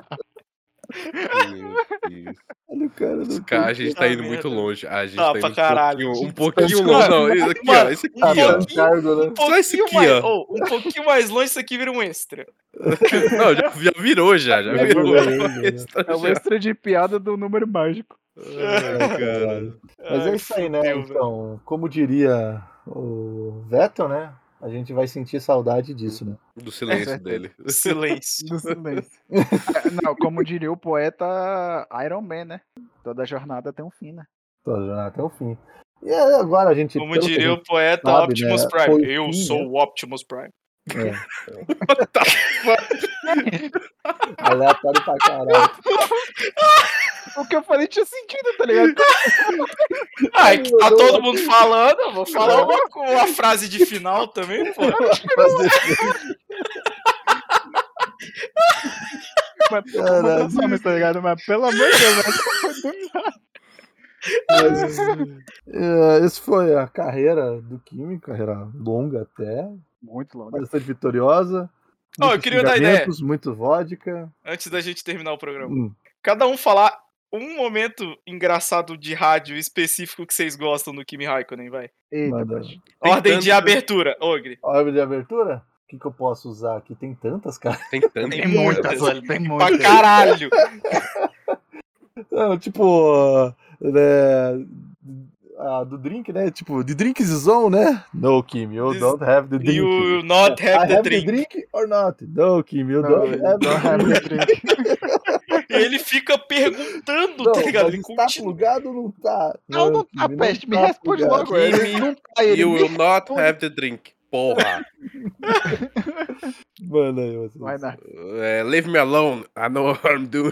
Meu Deus. Olha o cara. Os não caras, a tem- gente tá indo muito longe. A gente Tá tá pra indo caralho. um pouquinho Mano, longe. Não, esse aqui, ó. mano, Esse aqui, Tá ó. dando cargo, né? Só esse aqui, mais, ó. um pouquinho mais longe, isso aqui vira um extra. Não, já virou já. Já Já virou. virou, né? É o Já. extra de piada do número mágico. Ai, caralho. Mas é isso aí, né? fudeu, velho. Então, como diria o Vettel, né? A gente vai sentir saudade disso, né? Do silêncio dele. Silêncio. Do silêncio. Não, como diria o poeta Iron Man, né? Toda jornada tem um fim, né? Tô já até o fim. E aí, agora a gente. Como pelo que a diria gente o poeta sabe, Optimus né, Prime. foi o Eu fim, sou né? o Optimus Prime. Aleatório pra caralho. O que eu falei tinha sentido, tá ligado? Ah, é que tá todo mundo falando, eu vou falar uma frase de final também, pô. Mas Caralho. Transformers, tá ligado? Mas pelo amor de Deus, foi do nada. Mas, esse foi a carreira do Kimi, carreira longa até, Muito longo. bastante vitoriosa. Ó, eu muitos queria dar ideia. xingamentos, muito vodka. Antes da gente terminar o programa. Hum, Cada um falar um momento engraçado de rádio específico que vocês gostam do Kimi Raikkonen, vai. Eita, manda. poxa. Tem Ordem de tanto- abertura, Ogre. Ordem de abertura? O que eu posso usar aqui? Tem tantas, cara. Tem tanto. Tem muitas, velho, tem Pra muitas. caralho. Não, tipo, né, do drink, né? Tipo, the drink is on, né? No, Kim, you This- don't have the drink. You will not I have the have drink. the drink or not? No, Kim, you Não, don't have don't the have drink. the drink. E ele fica perguntando, Não, tá ligado? mas Ele está continua. plugado ou não tá? Não tá, Kim, peste. Me tá responde plugado. logo. Ele não tá, ele You me will not responde. have the drink. Porra. Manda aí, vocês. Vai dar. Leave me alone. I know what I'm doing.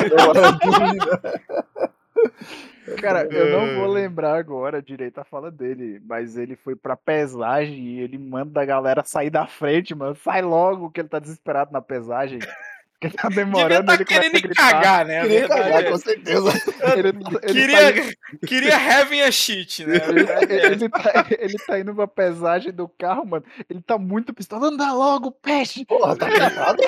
Cara, eu não vou lembrar agora direito a fala dele, mas ele foi pra pesagem e ele manda a galera sair da frente, mano. Sai logo que ele tá desesperado na pesagem. Porque tá Devia demorando, tá ele começa querendo a gritar. cagar, né? A Queria verdade cagar, é com essa. certeza. Ele Queria having a shit, né? ele tá indo pra pesagem do carro, mano. Ele tá muito pistola. Anda logo, peste! Porra, tá cansado?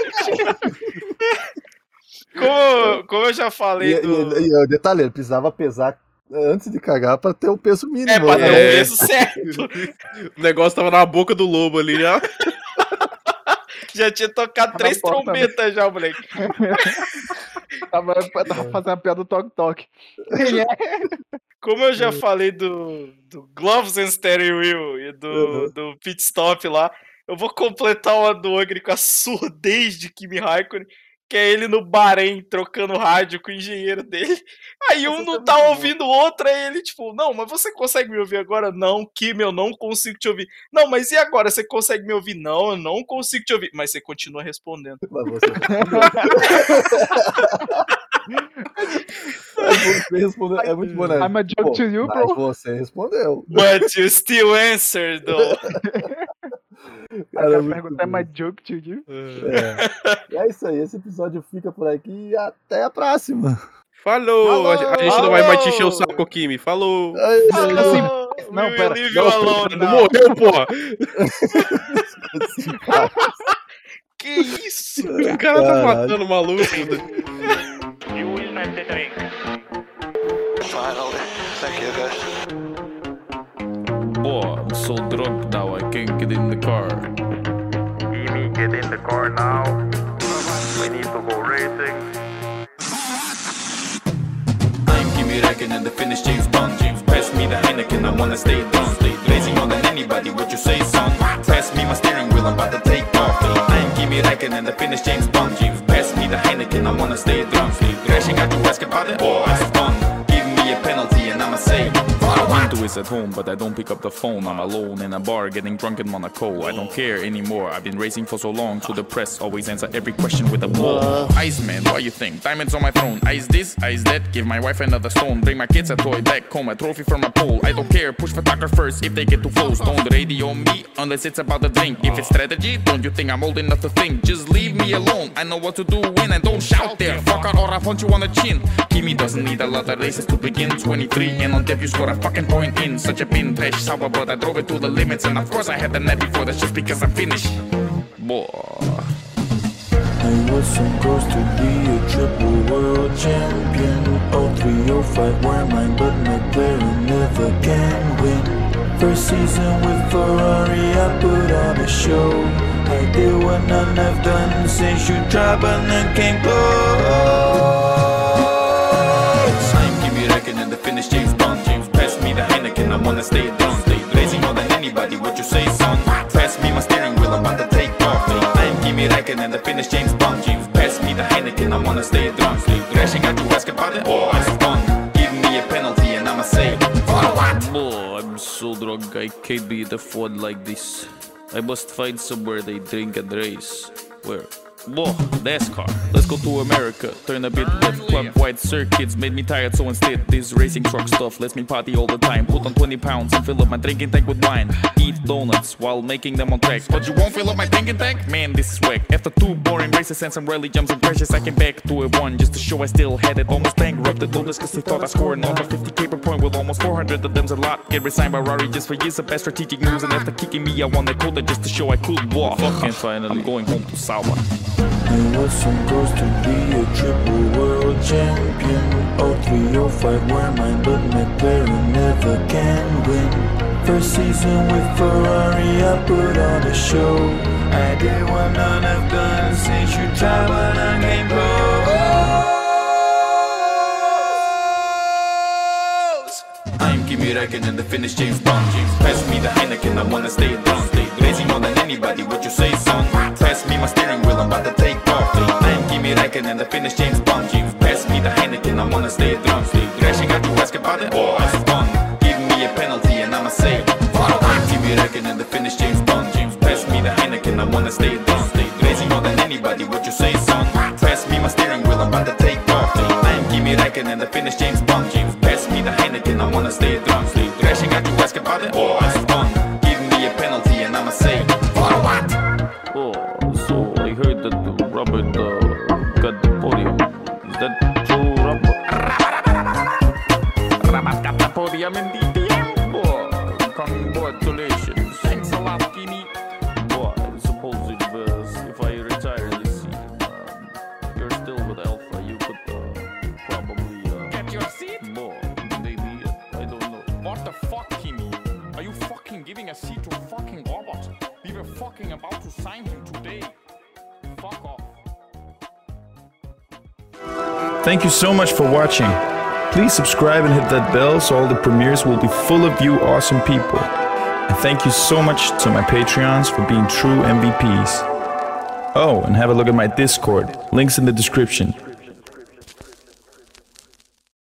Como eu já falei E, do... e o detalhe, ele precisava pesar antes de cagar pra ter o peso mínimo. É, pra ter né? o peso certo. O negócio tava na boca do lobo ali já. Já tinha tocado Tá 3 na porta, trombetas já, moleque. Tava fazendo a piada do toque-toque. Quem é? Como eu já falei do Gloves and Steering Wheel e Uhum. do Pit Stop lá, Eu vou completar uma do Ogre com a surdez de Kimi Raikkonen, que é ele no Bahrein trocando rádio com o engenheiro dele. Aí um não tá ouvindo o outro, aí ele tipo, não, mas você consegue me ouvir agora? Não, Kimi, eu não consigo te ouvir. Não, mas e agora? Você consegue me ouvir? Não, eu não consigo te ouvir. Mas você continua respondendo. Mas você respondeu. É muito bom, né? I'm a joke to you, Mas bro. você respondeu. But you still answer, though. Cara, A pergunta é my joke to you. E é isso aí, esse episódio fica por aqui e até a próxima. Falou! A gente não vai mais te encher o saco, Kimi. Falou! Não, We pera. leave you alone Não now. morreu, porra! Que isso? O cara tá matando o maluco. Finally. Thank you, guys. Boy, I'm so drunk now I can't get in the car. Kimi, get in the car now. We need to go racing. I'm Kimi Räikkönen and the Finnish James Bond. James, pass me the Heineken, I wanna stay drunk. Stay blazing more than anybody, what you say, son? Pass me my steering wheel, I'm about to take off. I'm Kimi Räikkönen and the Finnish James Bond. James, pass me the Heineken, I wanna stay drunk. Stay crashing out, you ask about it? Oh, it's fun. Give me a penalty and I'ma say, Pinto is at home, but I don't pick up the phone. I'm alone in a bar getting drunk in Monaco. I don't care anymore, I've been racing for so long. To the press, always answer every question with a blow. Iceman, what you think? Diamonds on my throne. Ice this, ice that, give my wife another stone. Bring my kids a toy back home, a trophy from a pole. I don't care, push photographers if they get too close. Don't radio me unless it's about the drink. If it's strategy, don't you think I'm old enough to think? Just leave me alone, I know what to do when I don't shout there. Fuck out or I punch you on the chin. Kimi doesn't need a lot of races to begin. 23 and on debut score a fucking point in. Such a pin trash sour, but I drove it to the limits. And of course I had the net before, that's just because I'm finished. Boy. I was so close to be a triple world champion. 0305 were mine, but McLaren never can win. First season with Ferrari, I put on a show. I did what none have done since you tried, but none came close. I'm Kimi Räikkönen and the Finnish James Bond. James, pass me the Heineken, I wanna stay drunk. Stay blazing more than anybody, what you say, son? Pass me my steering wheel, I'm about to take off. I'm Kimi Räikkönen and the Finnish James Bond. James, pass me the Heineken, I wanna stay drunk. Stay crashing out, you ask about it? Oh, it's fun. Give me a penalty and I'ma say, what? Boy, I'm so drunk, I can't be the Ford like this. I must find somewhere they drink and race. Where? Whoa, NASCAR. Let's go to America. Turn a bit left, club wide circuits made me tired, so instead this racing truck stuff lets me party all the time. Put on 20 pounds and fill up my drinking tank with wine. Eat donuts while making them on track. But you won't fill up my drinking tank? Man, this is whack. After 2 boring races and some rally jumps and crashes, I came back to a 1 just to show I still had it. Almost bankrupted owners cause they thought I scored over 50k per point with almost 400 of them's a lot. Get resigned by Rari just for years of bad strategic moves, and after kicking me I won the quota just to show I could walk. And finally I'm going home to Sauber. I was so close to be a triple world champion. 0305 were mine, but McLaren never can win. First season with Ferrari, I put on a show. I did what none have done since you tried, but I came close. I'm Kimi Räikkönen and the Finnish James Bond. James, pass me the Heineken, I wanna stay drunk. Stay blazing more than anybody, what you say, son? Pass me my steering wheel, I'm about to take off. I'm Kimi Räikkönen and the Finnish James Bond. James, pass me the Heineken, I wanna stay drunk. Stay crashing out, you ask about it? Oh, it's fun. Give me a penalty and I'ma say, I'm Kimi Räikkönen and the Finnish James Bond. James, pass me the Heineken, I wanna stay drunk. Stay blazing more than anybody, what you say, son? Pass me my steering wheel, I'm about to take off. I'm Kimi Räikkönen and the Finnish James Bond. James, pass me the Heineken, I wanna stay drunk. Stay crashing out, you ask about it? Oh, it's fun. Give me a penalty and I'ma say, what? Oh, so I heard that Robert got the podium. Is that true, Robert? Robert got the podium in DTM. Boy, congratulations. Thanks a lot, Kimi. Boy, I suppose if I retire this season, you're still with Alpha, you could probably get your seat. Boy, maybe, I don't know. What the fuck, Kimi? Are you fucking giving a seat to fucking Robert? We were fucking about to sign him today. Fuck off. Thank you so much for watching. Please subscribe and hit that bell so all the premieres will be full of you awesome people. And thank you so much to my Patreons for being true MVPs. Oh, and have a look at my Discord. Links in the description.